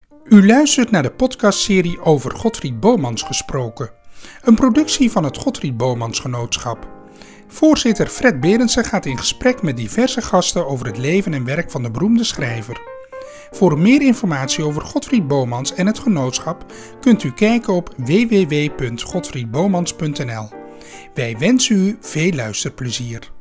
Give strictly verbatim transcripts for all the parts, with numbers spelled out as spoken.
U luistert naar de podcastserie over Godfried Bomans gesproken. Een productie van het Godfried Bomans Genootschap. Voorzitter Fred Berendsen gaat in gesprek met diverse gasten over het leven en werk van de beroemde schrijver. Voor meer informatie over Godfried Bomans en het genootschap kunt u kijken op w w w punt godfried bomans punt n l. Wij wensen u veel luisterplezier.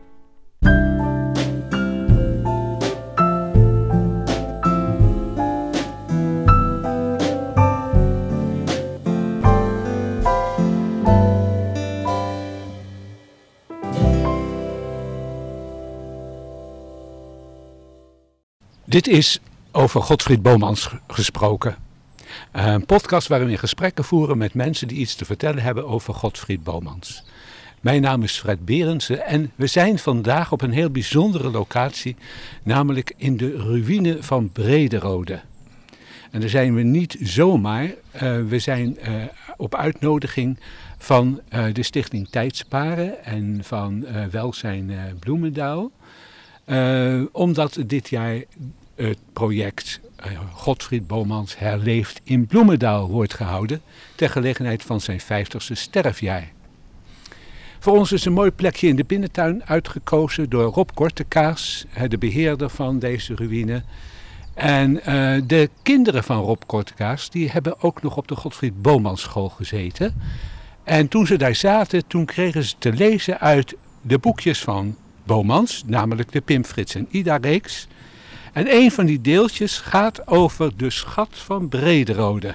Dit is over Godfried Bomans gesproken. Een podcast waarin we gesprekken voeren met mensen die iets te vertellen hebben over Godfried Bomans. Mijn naam is Fred Berendsen en we zijn vandaag op een heel bijzondere locatie, namelijk in de ruïne van Brederode. En daar zijn we niet zomaar, uh, we zijn uh, op uitnodiging van uh, de Stichting Tijdsparen en van uh, Welzijn uh, Bloemendaal. Uh, omdat dit jaar het project uh, Godfried Bomans herleeft in Bloemendaal wordt gehouden ter gelegenheid van zijn vijftigste sterfjaar. Voor ons is een mooi plekje in de binnentuin uitgekozen door Rob Kortekaas, de beheerder van deze ruïne. En uh, de kinderen van Rob Kortekaas die hebben ook nog op de Godfried Bomans school gezeten. En toen ze daar zaten, toen kregen ze te lezen uit de boekjes van Bomans, namelijk de Pim, Frits en Ida-reeks. En een van die deeltjes gaat over de schat van Brederode.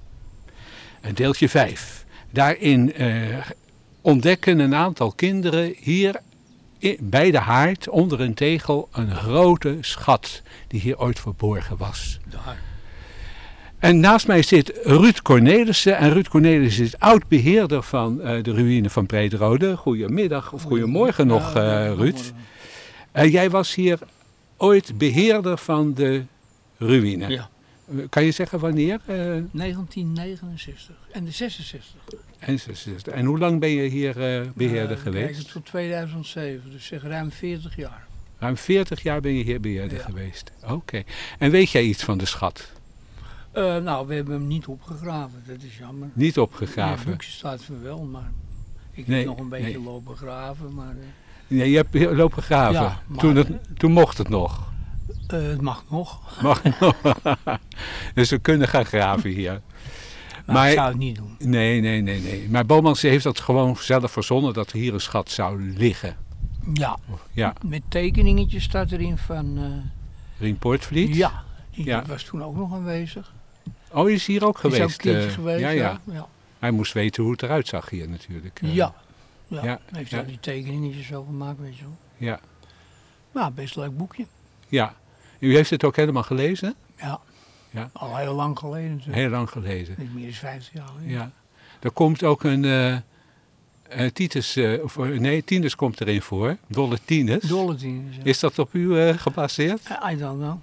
En deeltje vijf. Daarin uh, ontdekken een aantal kinderen hier in, bij de haard onder een tegel een grote schat die hier ooit verborgen was. Daar. En naast mij zit Ruud Cornelissen. En Ruud Cornelissen is oud-beheerder van uh, de ruïne van Brederode. Goedemiddag of goedemorgen nog, uh, Ruud. Uh, jij was hier ooit beheerder van de ruïne. Ja. Kan je zeggen wanneer? Uh, negentien negenenzestig en de zesenzestig. En zesenzestig. En hoe lang ben je hier uh, beheerder uh, geweest? Kijk, tot tweeduizend zeven, dus zeg ruim veertig jaar. Ruim veertig jaar ben je hier beheerder ja. geweest. Oké. Okay. En weet jij iets van de schat? Uh, nou, we hebben hem niet opgegraven, dat is jammer. Niet opgegraven? In het boekje staat van wel, maar ik nee, heb nog een beetje nee. lopen graven. Maar, uh, nee, je hebt lopen graven? Ja, maar, toen, het, toen mocht het nog? Uh, het mag nog. Mag nog. Dus we kunnen gaan graven hier. Maar, maar ik zou het niet doen. Nee, nee, nee, nee. Maar Bomans heeft dat gewoon zelf verzonnen dat er hier een schat zou liggen. Ja, ja. Met tekeningetjes staat erin van... Uh, Rien Poortvliet? Ja, die ja. was toen ook nog aanwezig. Oh, hij is hier ook geweest? Is ook een keertje uh, geweest, ja, ja. ja. ja. Hij moest weten hoe het eruit zag hier natuurlijk. Uh, ja, ja. ja. Hij heeft ja. daar die tekeningetjes zo gemaakt, weet je wel. Ja. Nou, best leuk boekje. Ja. U heeft het ook helemaal gelezen? Ja. Ja. Al heel lang geleden natuurlijk. Heel lang geleden. Niet meer dan vijftig jaar geleden. Ja. Er komt ook een... Uh, uh, Titus, uh, of, uh, nee, Tinus komt erin voor. Dolle Tinus. Dolle Tinus, ja. Is dat op u uh, gebaseerd? I don't know.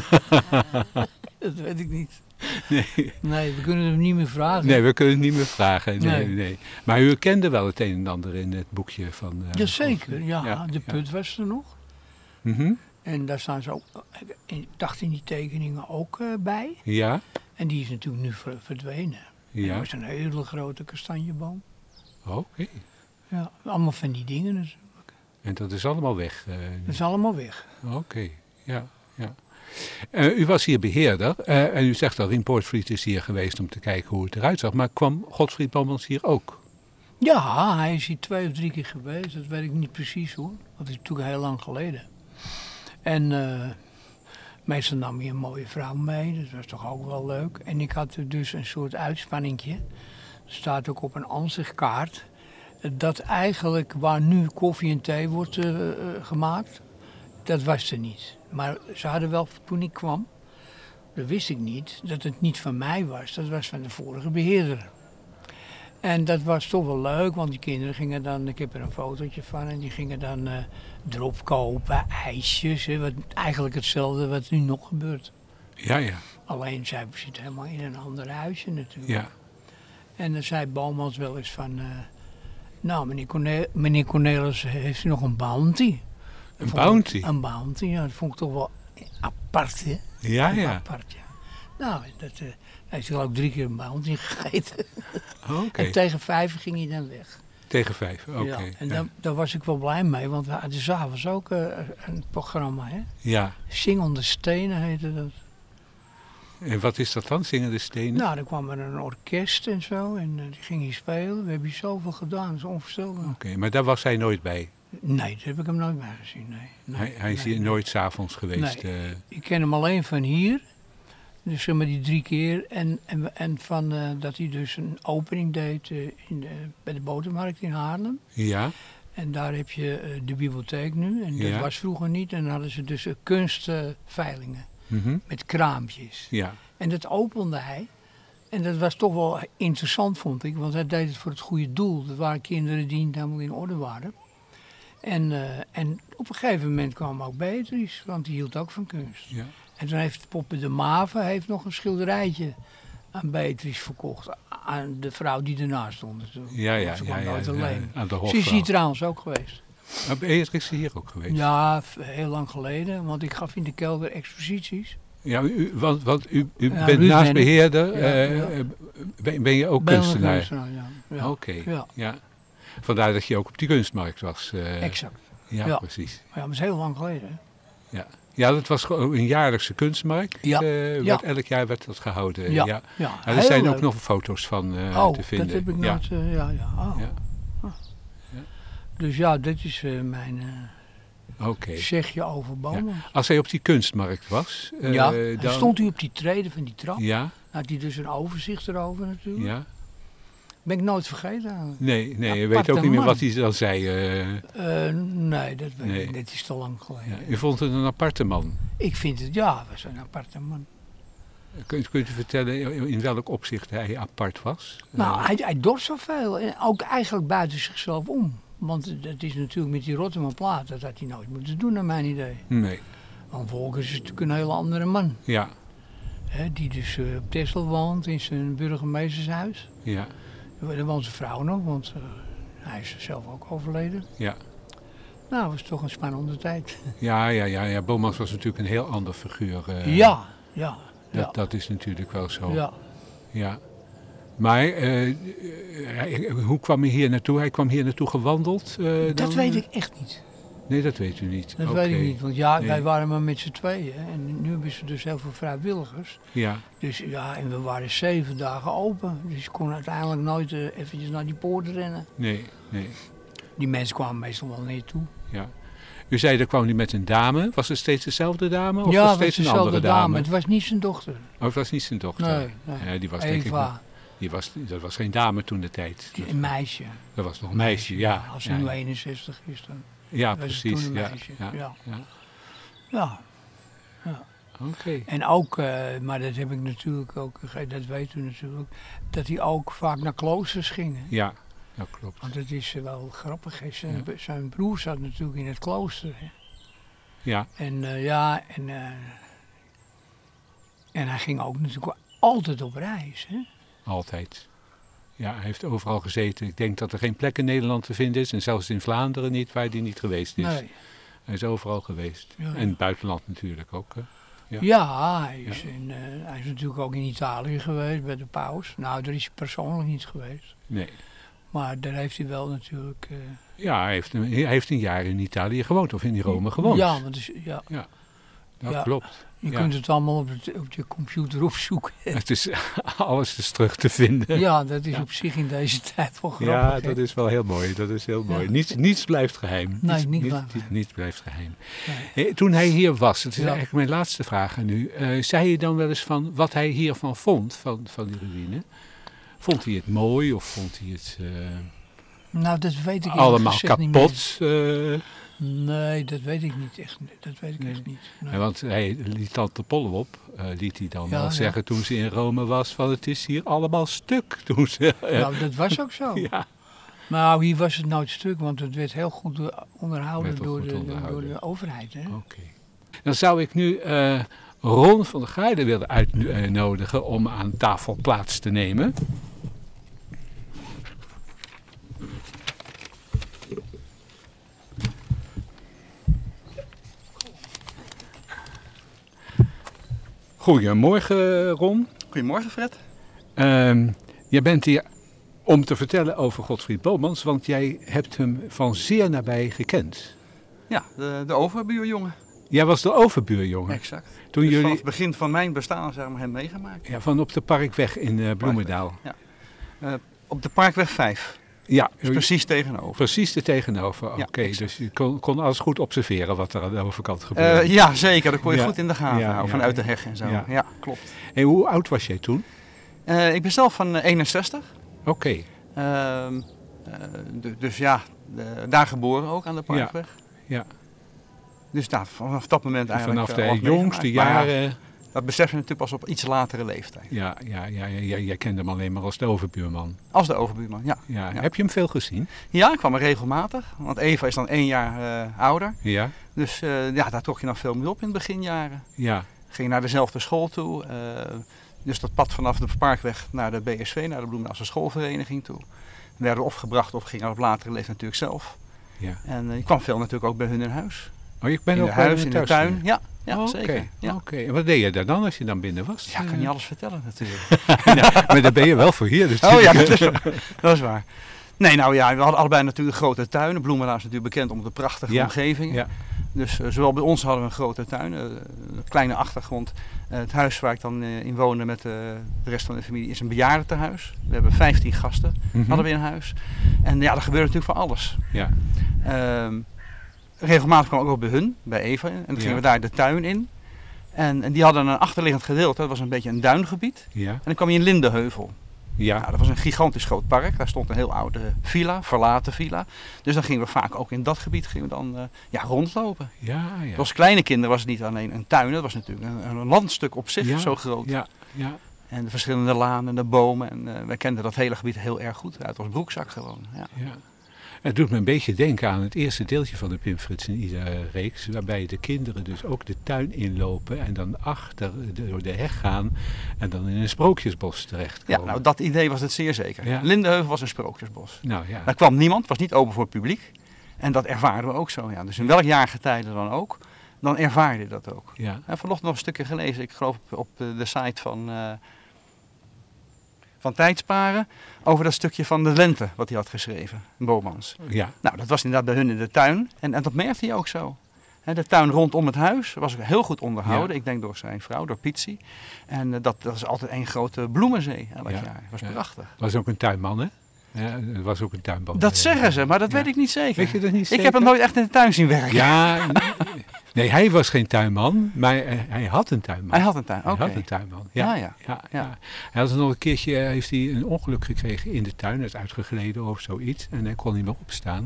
Dat weet ik niet. Nee. Nee, we kunnen hem niet meer vragen. Nee, we kunnen het niet meer vragen. Nee, nee. nee. Maar u kende wel het een en ander in het boekje van... Uh, Jazeker, ja. ja. De put ja. was er nog. Mm-hmm. En daar staan ze ook, ik dacht in die tekeningen ook uh, bij. Ja. En die is natuurlijk nu verdwenen. Ja. Dat was een hele grote kastanjeboom. Oké. Okay. Ja, allemaal van die dingen natuurlijk. En dat is allemaal weg? Uh, dat is allemaal weg. Oké, okay. ja, ja. Uh, u was hier beheerder uh, en u zegt al, Rien Poortvliet is hier geweest om te kijken hoe het eruit zag. Maar kwam Godfried Bomans hier ook? Ja, hij is hier twee of drie keer geweest. Dat weet ik niet precies hoor. Dat is natuurlijk heel lang geleden. En uh, meestal nam hij een mooie vrouw mee. Dat was toch ook wel leuk. En ik had er dus een soort uitspanningje. Er staat ook op een ansichtkaart. Dat eigenlijk waar nu koffie en thee wordt uh, uh, gemaakt. Dat was er niet. Maar ze hadden wel, toen ik kwam, dat wist ik niet, dat het niet van mij was. Dat was van de vorige beheerder. En dat was toch wel leuk, want die kinderen gingen dan, ik heb er een fotootje van, en die gingen dan uh, drop kopen, ijsjes. Hè, wat, eigenlijk hetzelfde wat nu nog gebeurt. Ja, ja. Alleen zij zitten helemaal in een ander huisje natuurlijk. Ja. En dan zei Bomans wel eens van, uh, nou meneer, Cornel, meneer Cornelis, heeft u nog een bounty? Een bounty? Ik, een bounty, ja. Dat vond ik toch wel apart, hè? Ja, ja. Apart, ja. Nou, dat uh, heeft hij ook drie keer bij ons ingegeten. Oh, okay. En tegen vijf ging hij dan weg. Tegen vijf, oké. Okay. Ja, en ja. daar, daar was ik wel blij mee, want we hadden s'avonds ook uh, een programma, hè? Ja. Zingende Stenen heette dat. En wat is dat dan, Zingende Stenen? Nou, dan kwam er een orkest en zo en uh, die ging hier spelen. We hebben hier zoveel gedaan, dat is onvoorstelbaar. Oké, okay, maar daar was hij nooit bij? Nee, daar heb ik hem nooit bij gezien, nee. nee hij hij is nee, hier nee. nooit 's avonds geweest? Nee, uh... ik ken hem alleen van hier. Dus zeg maar die drie keer. En, en, en van uh, dat hij dus een opening deed uh, in de, bij de Botermarkt in Haarlem. Ja. En daar heb je uh, de bibliotheek nu. En dat ja. was vroeger niet. En dan hadden ze dus uh, kunstveilingen. Uh, mm-hmm. Met kraampjes. Ja. En dat opende hij. En dat was toch wel interessant, vond ik. Want hij deed het voor het goede doel. Dat waren kinderen die niet helemaal in orde waren. En, uh, en op een gegeven moment kwam ook Beatrice. Want die hield ook van kunst. Ja. En toen heeft Poppe de Mave heeft nog een schilderijtje aan Beatrice verkocht. Aan de vrouw die ernaast stond natuurlijk. Ja, ja, Ze ja, kwam nooit ja, alleen. ja, aan de Ze is hier trouwens ook geweest. Maar Beatrice is hier ook geweest? Ja, heel lang geleden. Want ik gaf in de kelder exposities. Ja, u, want, want u, u Ja, bent Ruud naast ben beheerder. Ja, uh, ja. Ben, ben je ook Ben kunstenaar? kunstenaar ja. Ja. Oké, okay. ja. ja. Vandaar dat je ook op die kunstmarkt was. Uh, exact. Ja, ja, precies. Maar ja, dat is heel lang geleden. Hè? Ja. Ja, dat was gewoon een jaarlijkse kunstmarkt. Ja. Uh, ja. Elk jaar werd dat gehouden. Ja, ja. ja. ja er zijn leuk. ook nog foto's van uh, oh, te vinden. dat heb ik ja. nooit... Uh, ja, ja. Oh. Ja. Oh. Ja. Dus ja, dit is uh, mijn uh, okay. zegje over bomen. Ja. Als hij op die kunstmarkt was... Uh, ja, dan... dan stond hij op die treden van die trap. Ja. Dan had hij dus een overzicht erover natuurlijk. Ja. Ben ik nooit vergeten eigenlijk. Nee, nee, ja, je weet ook niet meer man. wat hij dan zei. Uh... Uh, nee, dat weet nee. ik. Dat is te lang geleden. Ja, u vond het een aparte man? Ik vind het, ja, was een aparte man. Kunt, kunt u vertellen in welk opzicht hij apart was? Nou, uh... hij, hij dorst zoveel. En ook eigenlijk buiten zichzelf om. Want dat is natuurlijk met die Rotterdam plaat, dat had hij nooit moeten doen naar mijn idee. Nee. Want Volkers is natuurlijk een hele andere man. Ja. He, die dus uh, op Texel woont in zijn burgemeestershuis. Ja. Daar woont zijn vrouw nog, want uh, hij is zelf ook overleden. Ja. Nou, dat was toch een spannende tijd. Ja, ja, ja, ja. Bomans was natuurlijk een heel ander figuur. Uh, ja, ja. Dat, ja. dat is natuurlijk wel zo. Ja. Ja. Maar uh, uh, hoe kwam hij hier naartoe? Hij kwam hier naartoe gewandeld? Uh, dat dan? weet ik echt niet. Nee, dat weet u niet. Dat okay. weet ik niet, want ja, nee. wij waren maar met z'n tweeën. En nu hebben ze dus heel veel vrijwilligers. Ja. Dus ja, en we waren zeven dagen open. Dus ik kon uiteindelijk nooit uh, eventjes naar die poort rennen. Nee, nee. Die mensen kwamen meestal wel naar je toe. Ja. U zei, er kwam hij met een dame. Was het steeds dezelfde dame? Of ja, was het steeds was een andere dame? dame. Het was niet zijn dochter. Oh, het was niet zijn dochter? Nee, nee. Ja, die was Eva. denk ik nog, die was, dat was geen dame toen de tijd. Die, een meisje. Dat was nog een meisje, ja. Als ze ja, nu ja. eenenzestig is, dan Ja, was precies. het toen een Ja, meisje. ja, Ja. ja. Ja. ja. Oké. Okay. En ook, uh, maar dat heb ik natuurlijk ook, dat weet u natuurlijk, dat hij ook vaak naar kloosters ging. Hè? Ja, dat klopt. Want het is wel grappig. Hè? Zijn, Ja. zijn broer zat natuurlijk in het klooster. Hè? Ja. En uh, ja, en, uh, en hij ging ook natuurlijk altijd op reis. Hè? Altijd. Ja, hij heeft overal gezeten. Ik denk dat er geen plek in Nederland te vinden is. En zelfs in Vlaanderen niet, waar hij niet geweest is. Nee. Hij is overal geweest. Ja, ja. En in het buitenland natuurlijk ook. Hè? Ja, Ja. hij, is Ja. in, uh, hij is natuurlijk ook in Italië geweest bij de paus. Nou, daar is hij persoonlijk niet geweest. Nee. Maar daar heeft hij wel natuurlijk... Uh, Ja, hij heeft, een, hij heeft een jaar in Italië gewoond. Of in Rome gewoond. Ja, want dus, ja. Ja, dat Ja. klopt. Je Ja. kunt het allemaal op, het, op je computer opzoeken. Het is, alles is terug te vinden. Ja, dat is Ja. op zich in deze tijd wel grappig. Ja, hè? dat is wel heel mooi. Dat is heel mooi. Ja. Niets, niets blijft geheim. Nee, niets, niet niets, blijft geheim. niets blijft geheim. Nee. Eh, Toen hij hier was, dat is Ja. eigenlijk mijn laatste vraag aan u. Uh, zei je dan wel eens van wat hij hiervan vond, van, van die ruïne? Vond hij het mooi of vond hij het uh, Nou, dat weet ik allemaal gezegd niet kapot? Uh, meer. Nee, dat weet ik niet echt. Dat weet ik Nee. echt niet. Nee. ja, want hij liet Tante Polle op, uh, liet hij dan Ja, wel ja. zeggen toen ze in Rome was, van het is hier allemaal stuk. Toen ze, uh, Nou, dat was ook zo. ja. Nou, hier was het nooit stuk, want het werd heel goed onderhouden, Werd wel door, goed de, onderhouden. door de overheid. Hè? Oké. Dan zou ik nu uh, Ron van der Gaarden willen uitnodigen om aan tafel plaats te nemen. Goedemorgen, Ron. Goedemorgen, Fred. Uh, jij bent hier om te vertellen over Godfried Bomans, want jij hebt hem van zeer nabij gekend. Ja, de, de overbuurjongen. Jij was de overbuurjongen. Exact. Toen dus jullie... vanaf het begin van mijn bestaan zeg maar, hem meegemaakt. Ja, van op de Parkweg in uh, Bloemendaal. Ja. Uh, op de Parkweg vijf. Ja. Dus precies tegenover. Precies er tegenover, oké. Ja, okay, dus je kon, kon alles goed observeren wat er aan de overkant gebeurde. Uh, ja, zeker. Dat kon je ja. goed in de gaten ja, houden, ja, vanuit de heg en zo. Ja, ja klopt. En hoe oud was jij toen? Uh, ik ben zelf van uh, eenenzestig. Oké. Okay. Uh, uh, d- dus ja, uh, daar geboren ook aan de Parkweg. Ja. ja. Dus nou, vanaf dat moment eigenlijk... Vanaf uh, de jongste jaren... Ja, dat besef je natuurlijk pas op iets latere leeftijd. Ja, ja, ja, ja, ja, jij kende hem alleen maar als de overbuurman. Als de overbuurman, ja. ja. ja. Heb je hem veel gezien? Ja, ik kwam er regelmatig. Want Eva is dan één jaar uh, ouder. Ja. Dus uh, ja, daar trok je nog veel mee op in de beginjaren. Ja. Ging naar dezelfde school toe. Uh, dus dat pad vanaf de Parkweg naar de B S V, naar de Bloemendaalse schoolvereniging toe. We werden opgebracht of gingen op latere leeftijd natuurlijk zelf. Ja. En uh, ik kwam veel natuurlijk ook bij hun in huis. Oh, ik ben in ook de huis, in de tuin. Ja, ja oh, zeker. Okay. Ja. Oké, okay. En wat deed je daar dan als je dan binnen was? Ja, ik kan niet alles vertellen natuurlijk. ja, maar daar ben je wel voor hier. Dus oh ja, dat is, dat is waar. Nee, nou ja, we hadden allebei natuurlijk grote tuinen. Bloemendaal is natuurlijk bekend om de prachtige ja. omgeving. Ja. Dus uh, zowel bij ons hadden we een grote tuin, uh, een kleine achtergrond. Uh, het huis waar ik dan uh, in woonde met uh, de rest van de familie is een bejaardentehuis. We hebben vijftien gasten, mm-hmm. hadden we in huis. En ja, er gebeurde natuurlijk van alles. Ja. Uh, regelmatig kwam ik ook bij hun, bij Eva. En dan gingen ja. we daar de tuin in. En, en die hadden een achterliggend gedeelte, dat was een beetje een duingebied. Ja. En dan kwam je in Lindenheuvel. Ja. Nou, dat was een gigantisch groot park. Daar stond een heel oude villa, verlaten villa. Dus dan gingen we vaak ook in dat gebied gingen we dan uh, ja, rondlopen. Ja, ja. Als kleine kinderen was het niet alleen een tuin, het was natuurlijk een, een landstuk op zich, ja, zo groot. Ja, ja. En de verschillende lanen en de bomen. En uh, wij kenden dat hele gebied heel erg goed, uit ons broekzak gewoon. Ja. Ja. Het doet me een beetje denken aan het eerste deeltje van de Pim Frits en Isa reeks, waarbij de kinderen dus ook de tuin inlopen en dan achter de, door de heg gaan en dan in een sprookjesbos terechtkomen. Ja, nou dat idee was het zeer zeker. Ja. Lindenheuvel was een sprookjesbos. Nou, ja. Daar kwam niemand, het was niet open voor het publiek. En dat ervaren we ook zo. Ja. Dus in welk jaargetijde dan ook, dan ervaar je dat ook. Ja. En vanochtend nog een stukje gelezen, ik geloof op, op de, de site van... Uh, van Tijdsparen, over dat stukje van de lente wat hij had geschreven, Bomans. Ja. Nou, dat was inderdaad bij hun in de tuin en, en dat merkte hij ook zo. He, de tuin rondom het huis was heel goed onderhouden, ja. ik denk door zijn vrouw, door Pietsie. En uh, dat, dat is altijd één grote bloemenzee elk ja. jaar, dat was ja. prachtig. Was ook een tuinman, hè? Ja, er was ook een tuinman. Dat zeggen ze, maar dat ja. weet ik niet zeker. Weet je dat niet zeker? Ik heb hem nooit echt in de tuin zien werken. Ja, nee, hij was geen tuinman, maar uh, hij had een tuinman. Hij had een tuin, oké. Hij had een tuinman, ja. Ja, ja. ja, ja. ja. Hij had nog een keertje, heeft hij een ongeluk gekregen in de tuin, hij is uitgegleden of zoiets. En hij kon niet meer opstaan.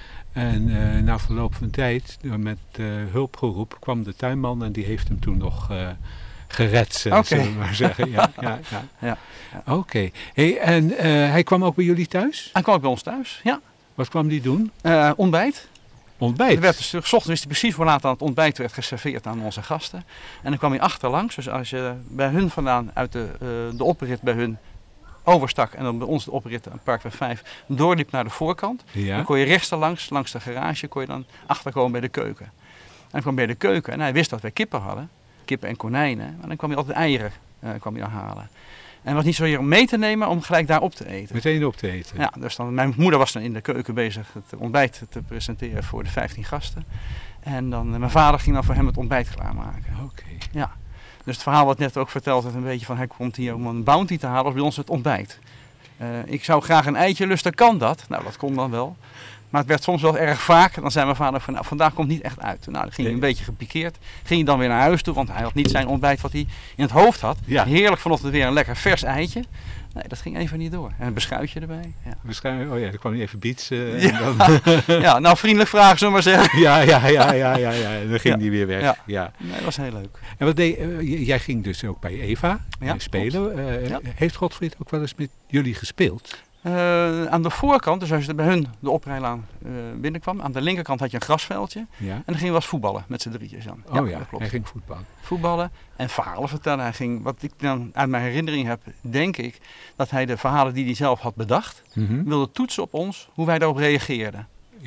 En uh, na verloop van tijd, met uh, hulpgeroep, kwam de tuinman en die heeft hem toen nog... Uh, gered, okay. zullen we maar zeggen. Ja, ja, ja. ja, ja. Oké. Okay. Hey, en uh, hij kwam ook bij jullie thuis? Hij kwam ook bij ons thuis, ja. Wat kwam die doen? Uh, ontbijt. Ontbijt? Er werd dus, 's ochtends wist hij precies hoe laat aan het ontbijt werd geserveerd aan onze gasten. En dan kwam hij achterlangs. Dus als je bij hun vandaan uit de, uh, de oprit bij hun overstak en dan bij ons de oprit aan Parkweg vijf doorliep naar de voorkant. Ja. Dan kon je rechtslangs, langs de garage, kon je dan achterkomen bij de keuken. En dan kwam bij de keuken en hij wist dat wij kippen hadden. Kippen en konijnen. Maar dan kwam hij altijd eieren uh, kwam hij dan halen. En het was niet zozeer om mee te nemen, om gelijk daar op te eten. Meteen op te eten? Ja, dus dan, mijn moeder was dan in de keuken bezig het ontbijt te presenteren voor de vijftien gasten. En dan, uh, mijn vader ging dan voor hem het ontbijt klaarmaken. Oké. Okay. Ja. Dus het verhaal wat net ook verteld werd, een beetje van hij komt hier om een bounty te halen, was bij ons het ontbijt. Uh, ik zou graag een eitje lusten, kan dat? Nou, dat kon dan wel. Maar het werd soms wel erg vaak. Dan zei mijn vader van, nou, vandaag komt niet echt uit. Nou, dan ging hij een beetje gepikeerd. Ging hij dan weer naar huis toe, want hij had niet zijn ontbijt wat hij in het hoofd had. Ja. Heerlijk vanochtend weer een lekker vers eitje. Nee, dat ging even niet door. En een beschuitje erbij. Ja. Beschuitje, oh ja, dan kwam hij even bietsen. Uh, ja. Dan... ja, nou vriendelijk vragen, zullen we maar zeggen. ja, ja, ja, ja, ja, ja. Dan ging ja. die weer weg. Ja. Ja. Nee, dat was heel leuk. En wat deed, uh, jij ging dus ook bij Eva ja, spelen. Uh, ja. Heeft Godfried ook wel eens met jullie gespeeld? Uh, aan de voorkant, dus als je bij hun de oprijlaan uh, binnenkwam, aan de linkerkant had je een grasveldje. Ja. En dan ging je wel eens voetballen met z'n drietjes dan. Oh ja, ja, dat klopt. Hij ging voetballen. Voetballen en verhalen vertellen. Hij ging, wat ik dan uit mijn herinnering heb, denk ik, dat hij de verhalen die hij zelf had bedacht, mm-hmm. wilde toetsen op ons, hoe wij daarop reageerden. Ja.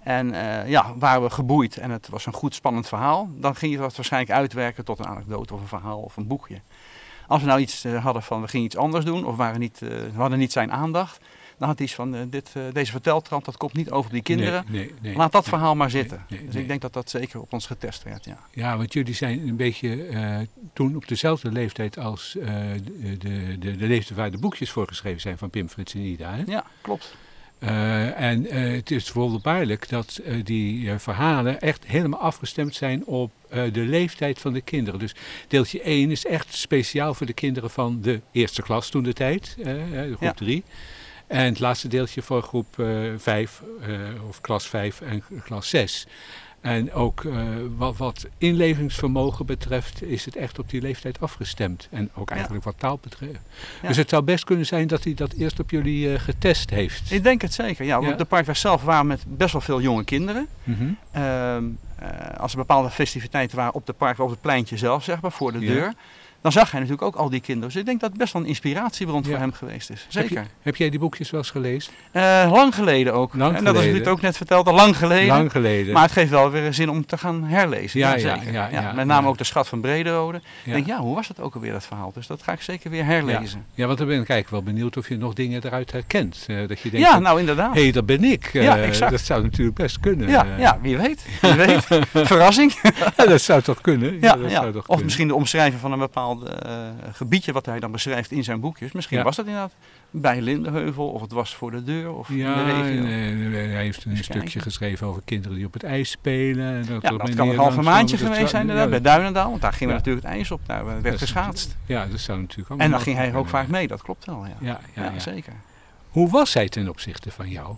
En uh, ja, waren we geboeid en het was een goed spannend verhaal, dan ging je dat waarschijnlijk uitwerken tot een anekdote of een verhaal of een boekje. Als we nou iets uh, hadden van we gingen iets anders doen of waren niet, uh, we hadden niet zijn aandacht, dan had hij iets van uh, dit, uh, deze verteltrand, dat komt niet over die kinderen. Nee, nee, nee, Laat dat nee, verhaal maar zitten. Nee, nee, dus nee. ik denk dat dat zeker op ons getest werd. Ja, ja want jullie zijn een beetje uh, toen op dezelfde leeftijd als uh, de, de, de, de leeftijd waar de boekjes voor geschreven zijn van Pim, Frits en Ida. Hè? Ja, klopt. Uh, en uh, het is wonderbaarlijk dat uh, die uh, verhalen echt helemaal afgestemd zijn op uh, de leeftijd van de kinderen. Dus deeltje één is echt speciaal voor de kinderen van de eerste klas toen de tijd, uh, de groep drie. Ja. En het laatste deeltje voor groep vijf, uh, uh, of klas vijf en klas zes. En ook uh, wat, wat inlevingsvermogen betreft is het echt op die leeftijd afgestemd. En ook eigenlijk ja. wat taal betreft. Ja. Dus het zou best kunnen zijn dat hij dat eerst op jullie uh, getest heeft. Ik denk het zeker, ja. Want ja. de Parkweg zelf waren met best wel veel jonge kinderen. Mm-hmm. Uh, uh, als er bepaalde festiviteiten waren op de Parkweg, op het pleintje zelf, zeg maar, voor de ja. deur. Dan zag hij natuurlijk ook al die kinderen. Dus ik denk dat het best wel een inspiratiebron ja. voor hem geweest is. Zeker. Heb, je, heb jij die boekjes wel eens gelezen? Uh, lang geleden ook. Lang en dat geleden. is het ook net verteld, al lang geleden. Lang geleden. Maar het geeft wel weer zin om te gaan herlezen. Ja, ja, ja, zeker. ja, ja, ja, ja, met name ja. ook de Schat van Brederode. Ja. Ik denk, ja, hoe was dat ook alweer, dat verhaal? Dus dat ga ik zeker weer herlezen. Ja, ja want dan ben ik eigenlijk wel benieuwd of je nog dingen eruit herkent. Uh, dat je denkt, ja, van, nou inderdaad. Hé, hey, dat ben ik. Uh, ja, exact. Dat zou natuurlijk best kunnen. Ja, uh. ja wie weet. Wie weet. Verrassing. Ja, dat zou toch kunnen. Ja, ja, dat ja. Zou toch of kunnen. misschien de omschrijving van een bepaald uh, gebiedje wat hij dan beschrijft in zijn boekjes. Misschien ja. was dat inderdaad bij Lindenheuvel of het was voor de deur of ja, in de regio. Nee, nee, hij heeft een dus stukje kijken. geschreven over kinderen die op het ijs spelen. En dat ja, dat kan een halve maandje geweest zijn inderdaad, ja, bij Duinendaal. Want daar gingen ja. we natuurlijk het ijs op. Daar werd dat geschaatst. Ja, dat zou natuurlijk ook. En dan ging hij ook vaak mee, dat klopt wel. Ja, ja, ja, ja, ja. zeker. Hoe was hij ten opzichte van jou?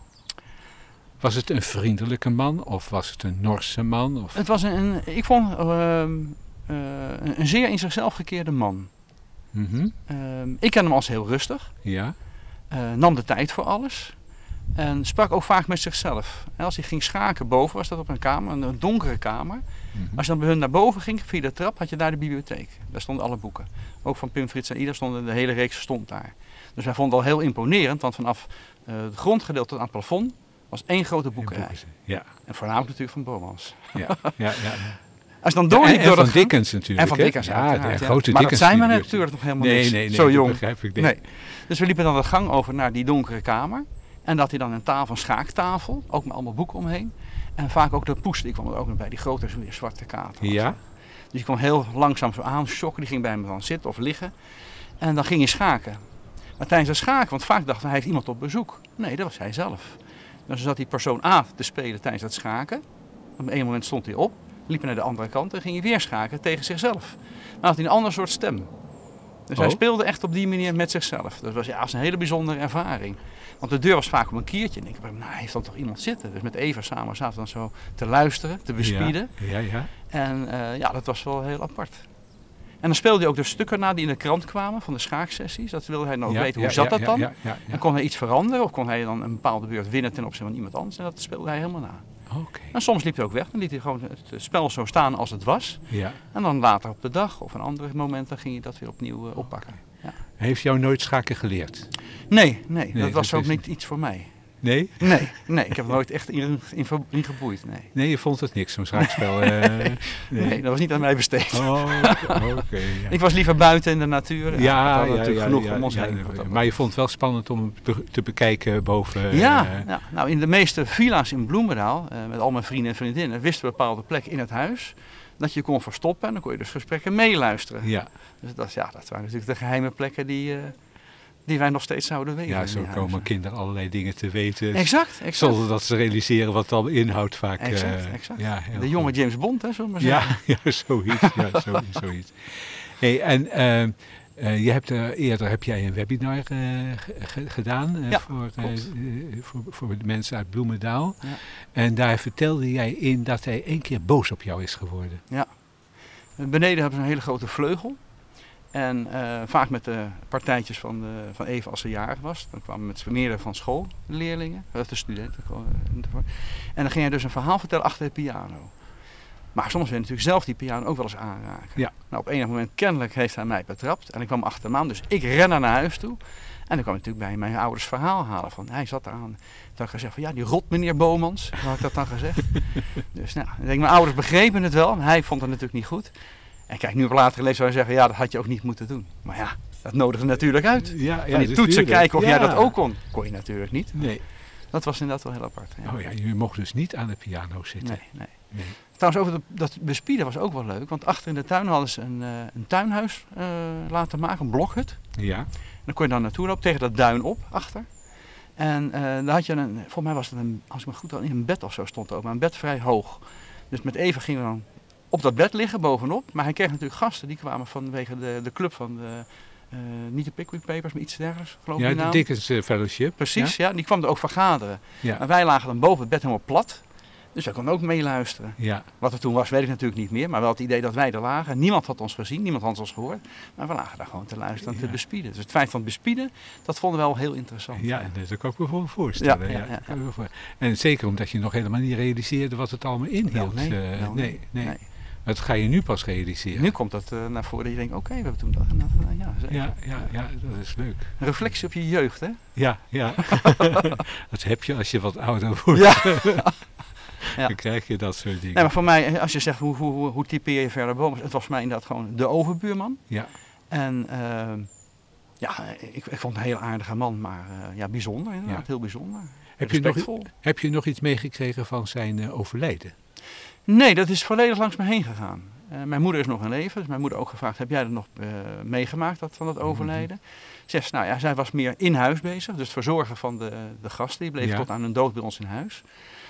Was het een vriendelijke man of was het een Norse man? Of? Het was een, een ik vond uh, uh, een zeer in zichzelf gekeerde man. Mm-hmm. Uh, ik ken hem als heel rustig. Ja. Uh, nam de tijd voor alles. En sprak ook vaak met zichzelf. En als hij ging schaken boven, was dat op een kamer, een donkere kamer. Mm-hmm. Als je dan bij hun naar boven ging, via de trap, had je daar de bibliotheek. Daar stonden alle boeken. Ook van Pim, Frits en Ida stonden, de hele reeks stond daar. Dus wij vonden het al heel imponerend, want vanaf uh, het grondgedeelte tot aan het plafond was één grote boekerij. Ja. En voornamelijk natuurlijk van Bomans. Ja, ja, ja. Als je dan door ja, en, door en van gang, Dickens natuurlijk. En van Dickens, ja, de ja. grote Maar Dickens. dat zijn we natuurlijk nog helemaal nee, niet. nee, nee, Zo jong. Dat begrijp ik niet. Nee. Dus we liepen dan de gang over naar die donkere kamer. En dat hij dan een tafel, een schaaktafel, ook met allemaal boeken omheen. En vaak ook de poes, die kwam er ook nog bij, die grote zwarte kater. Ja. Dus die kwam heel langzaam zo aan, schokken, die ging bij hem dan zitten of liggen. En dan ging hij schaken. Maar tijdens het schaken, want vaak dachten hij heeft iemand op bezoek. Nee, dat was hij zelf. Dus zat die persoon A te spelen tijdens het schaken. Op een moment stond hij op, liep naar de andere kant en ging hij weer schaken tegen zichzelf. Dan had hij een ander soort stem. Dus oh. hij speelde echt op die manier met zichzelf. Dat was, ja, was een hele bijzondere ervaring. Want de deur was vaak op een kiertje. En ik dacht, nou, heeft dan toch iemand zitten? Dus met Eva samen zaten we dan zo te luisteren, te bespieden. Ja, ja, ja. En uh, ja, dat was wel heel apart. En dan speelde hij ook de stukken na die in de krant kwamen van de schaaksessies. Dat wilde hij nou ook ja, weten, ja, hoe zat ja, dat dan? Ja, ja, ja, ja. En kon hij iets veranderen of kon hij dan een bepaalde beurt winnen ten opzichte van iemand anders? En dat speelde hij helemaal na. Okay. En soms liep hij ook weg. Dan liet hij gewoon het spel zo staan als het was. Ja. En dan later op de dag of een ander moment, dan ging hij dat weer opnieuw uh, oppakken. Ja. Heeft jou nooit schaken geleerd? Nee, nee, nee dat was dat ook is... niet iets voor mij. Nee? Nee, nee, ik heb er nooit echt in, in, in geboeid, nee. Nee, je vond het niks, zo'n schaakspel? Uh, nee. nee. nee, dat was niet aan mij besteed. Oh, oké. Okay, ja. Ik was liever buiten in de natuur. Ja, ja, natuurlijk ja, genoeg ja, om ons ja, heen. Ja, maar je vond het wel spannend om het te bekijken boven... Ja, uh, ja, nou in de meeste villa's in Bloemendaal, uh, met al mijn vrienden en vriendinnen, wisten we bepaalde plekken in het huis dat je kon verstoppen en dan kon je dus gesprekken meeluisteren. Ja. Dus dat, ja, dat waren natuurlijk de geheime plekken die... Uh, die wij nog steeds zouden weten. Ja, zo komen huizen. Kinderen allerlei dingen te weten. Exact, exact. Zonder dat ze realiseren wat dat inhoudt vaak. Exact, uh, exact. Ja, de goed. jonge James Bond, hè, zullen we maar zeggen. Ja, ja zoiets. ja, zo, zoiets. Hey, en uh, uh, je hebt, uh, eerder heb jij een webinar uh, g- gedaan uh, ja, voor, uh, uh, voor, voor de mensen uit Bloemendaal. Ja. En daar vertelde jij in dat hij één keer boos op jou is geworden. Ja. Beneden hebben ze een hele grote vleugel. En uh, vaak met de partijtjes van, de, van Eva als ze jarig was. Dan kwamen met meerdere van school, de leerlingen, de studenten. En dan ging hij dus een verhaal vertellen achter de piano. Maar soms wil je natuurlijk zelf die piano ook wel eens aanraken. Ja. Nou, op enig moment kennelijk heeft hij mij betrapt. En ik kwam achter hem aan, dus ik ren naar huis toe. En dan kwam ik natuurlijk bij mijn ouders verhaal halen. Van, hij zat eraan. Toen had ik gezegd van ja, die rot meneer Bomans. Hoe had ik dat dan gezegd? Dus nou, ik denk, mijn ouders begrepen het wel. Hij vond het natuurlijk niet goed. En kijk, nu op latere leeftijd zou je zeggen, ja, dat had je ook niet moeten doen. Maar ja, dat nodigde natuurlijk uit. Ja, ja, van die dus toetsen tuurlijk. kijken of Ja. jij dat ook kon. Kon je natuurlijk niet. Nee. Dat was inderdaad wel heel apart. Ja. Oh ja, je mocht dus niet aan de piano zitten. Nee, nee. Nee. Trouwens, over de, dat bespieden was ook wel leuk. Want achter in de tuin hadden ze een, uh, een tuinhuis uh, laten maken, een blokhut. Ja. En dan kon je dan naartoe lopen, tegen dat duin op, achter. En uh, daar had je een, volgens mij was het een, als ik me goed had, in een bed of zo stond ook, maar een bed vrij hoog. Dus met Eva gingen we dan op dat bed liggen, bovenop. Maar hij kreeg natuurlijk gasten, die kwamen vanwege de, de club van de, uh, niet de Pickwick Papers, maar iets dergelijks, geloof ik Ja, die de naam. Dickens uh, Fellowship. Precies, ja? ja, die kwam er ook vergaderen. Ja. Maar wij lagen dan boven het bed helemaal plat. Dus wij konden ook meeluisteren. Ja. Wat er toen was, weet ik natuurlijk niet meer. Maar wel het idee dat wij er lagen. Niemand had ons gezien, niemand had ons gehoord. Maar we lagen daar gewoon te luisteren en Ja. te bespieden. Dus het feit van het bespieden, dat vonden we wel heel interessant. Ja, dat kan ik me voor voorstellen. Ja, Ja, ja, ja, kan ik me voor- En zeker omdat je nog helemaal niet realiseerde wat het allemaal inhield. Wel, nee, Eh, wel, nee, nee. nee. Dat ga je nu pas realiseren. Nu komt dat uh, naar voren dat je denkt, oké, okay, we hebben toen dat gedaan. Uh, ja, zeker. Ja, ja, ja, dat is leuk. Een reflectie op je jeugd, hè? Ja, ja. Dat heb je als je wat ouder wordt. Ja. Ja. Dan krijg je dat soort dingen. Nee, maar voor mij, als je zegt, hoe, hoe, hoe, hoe typeer je verder Bomans? Het was voor mij inderdaad gewoon de overbuurman. Ja. En uh, ja, ik, ik vond het een heel aardige man, maar uh, ja, bijzonder inderdaad, Ja. heel bijzonder. Heb je, nog, Respectvol. heb je nog iets meegekregen van zijn uh, overlijden? Nee, dat is volledig langs me heen gegaan. Uh, mijn moeder is nog in leven, dus mijn moeder ook gevraagd, heb jij dat nog uh, meegemaakt, dat, van dat overlijden? Mm-hmm. Zegt, nou ja, zij was meer in huis bezig, dus het verzorgen van de, de gasten, die bleef Ja. tot aan hun dood bij ons in huis.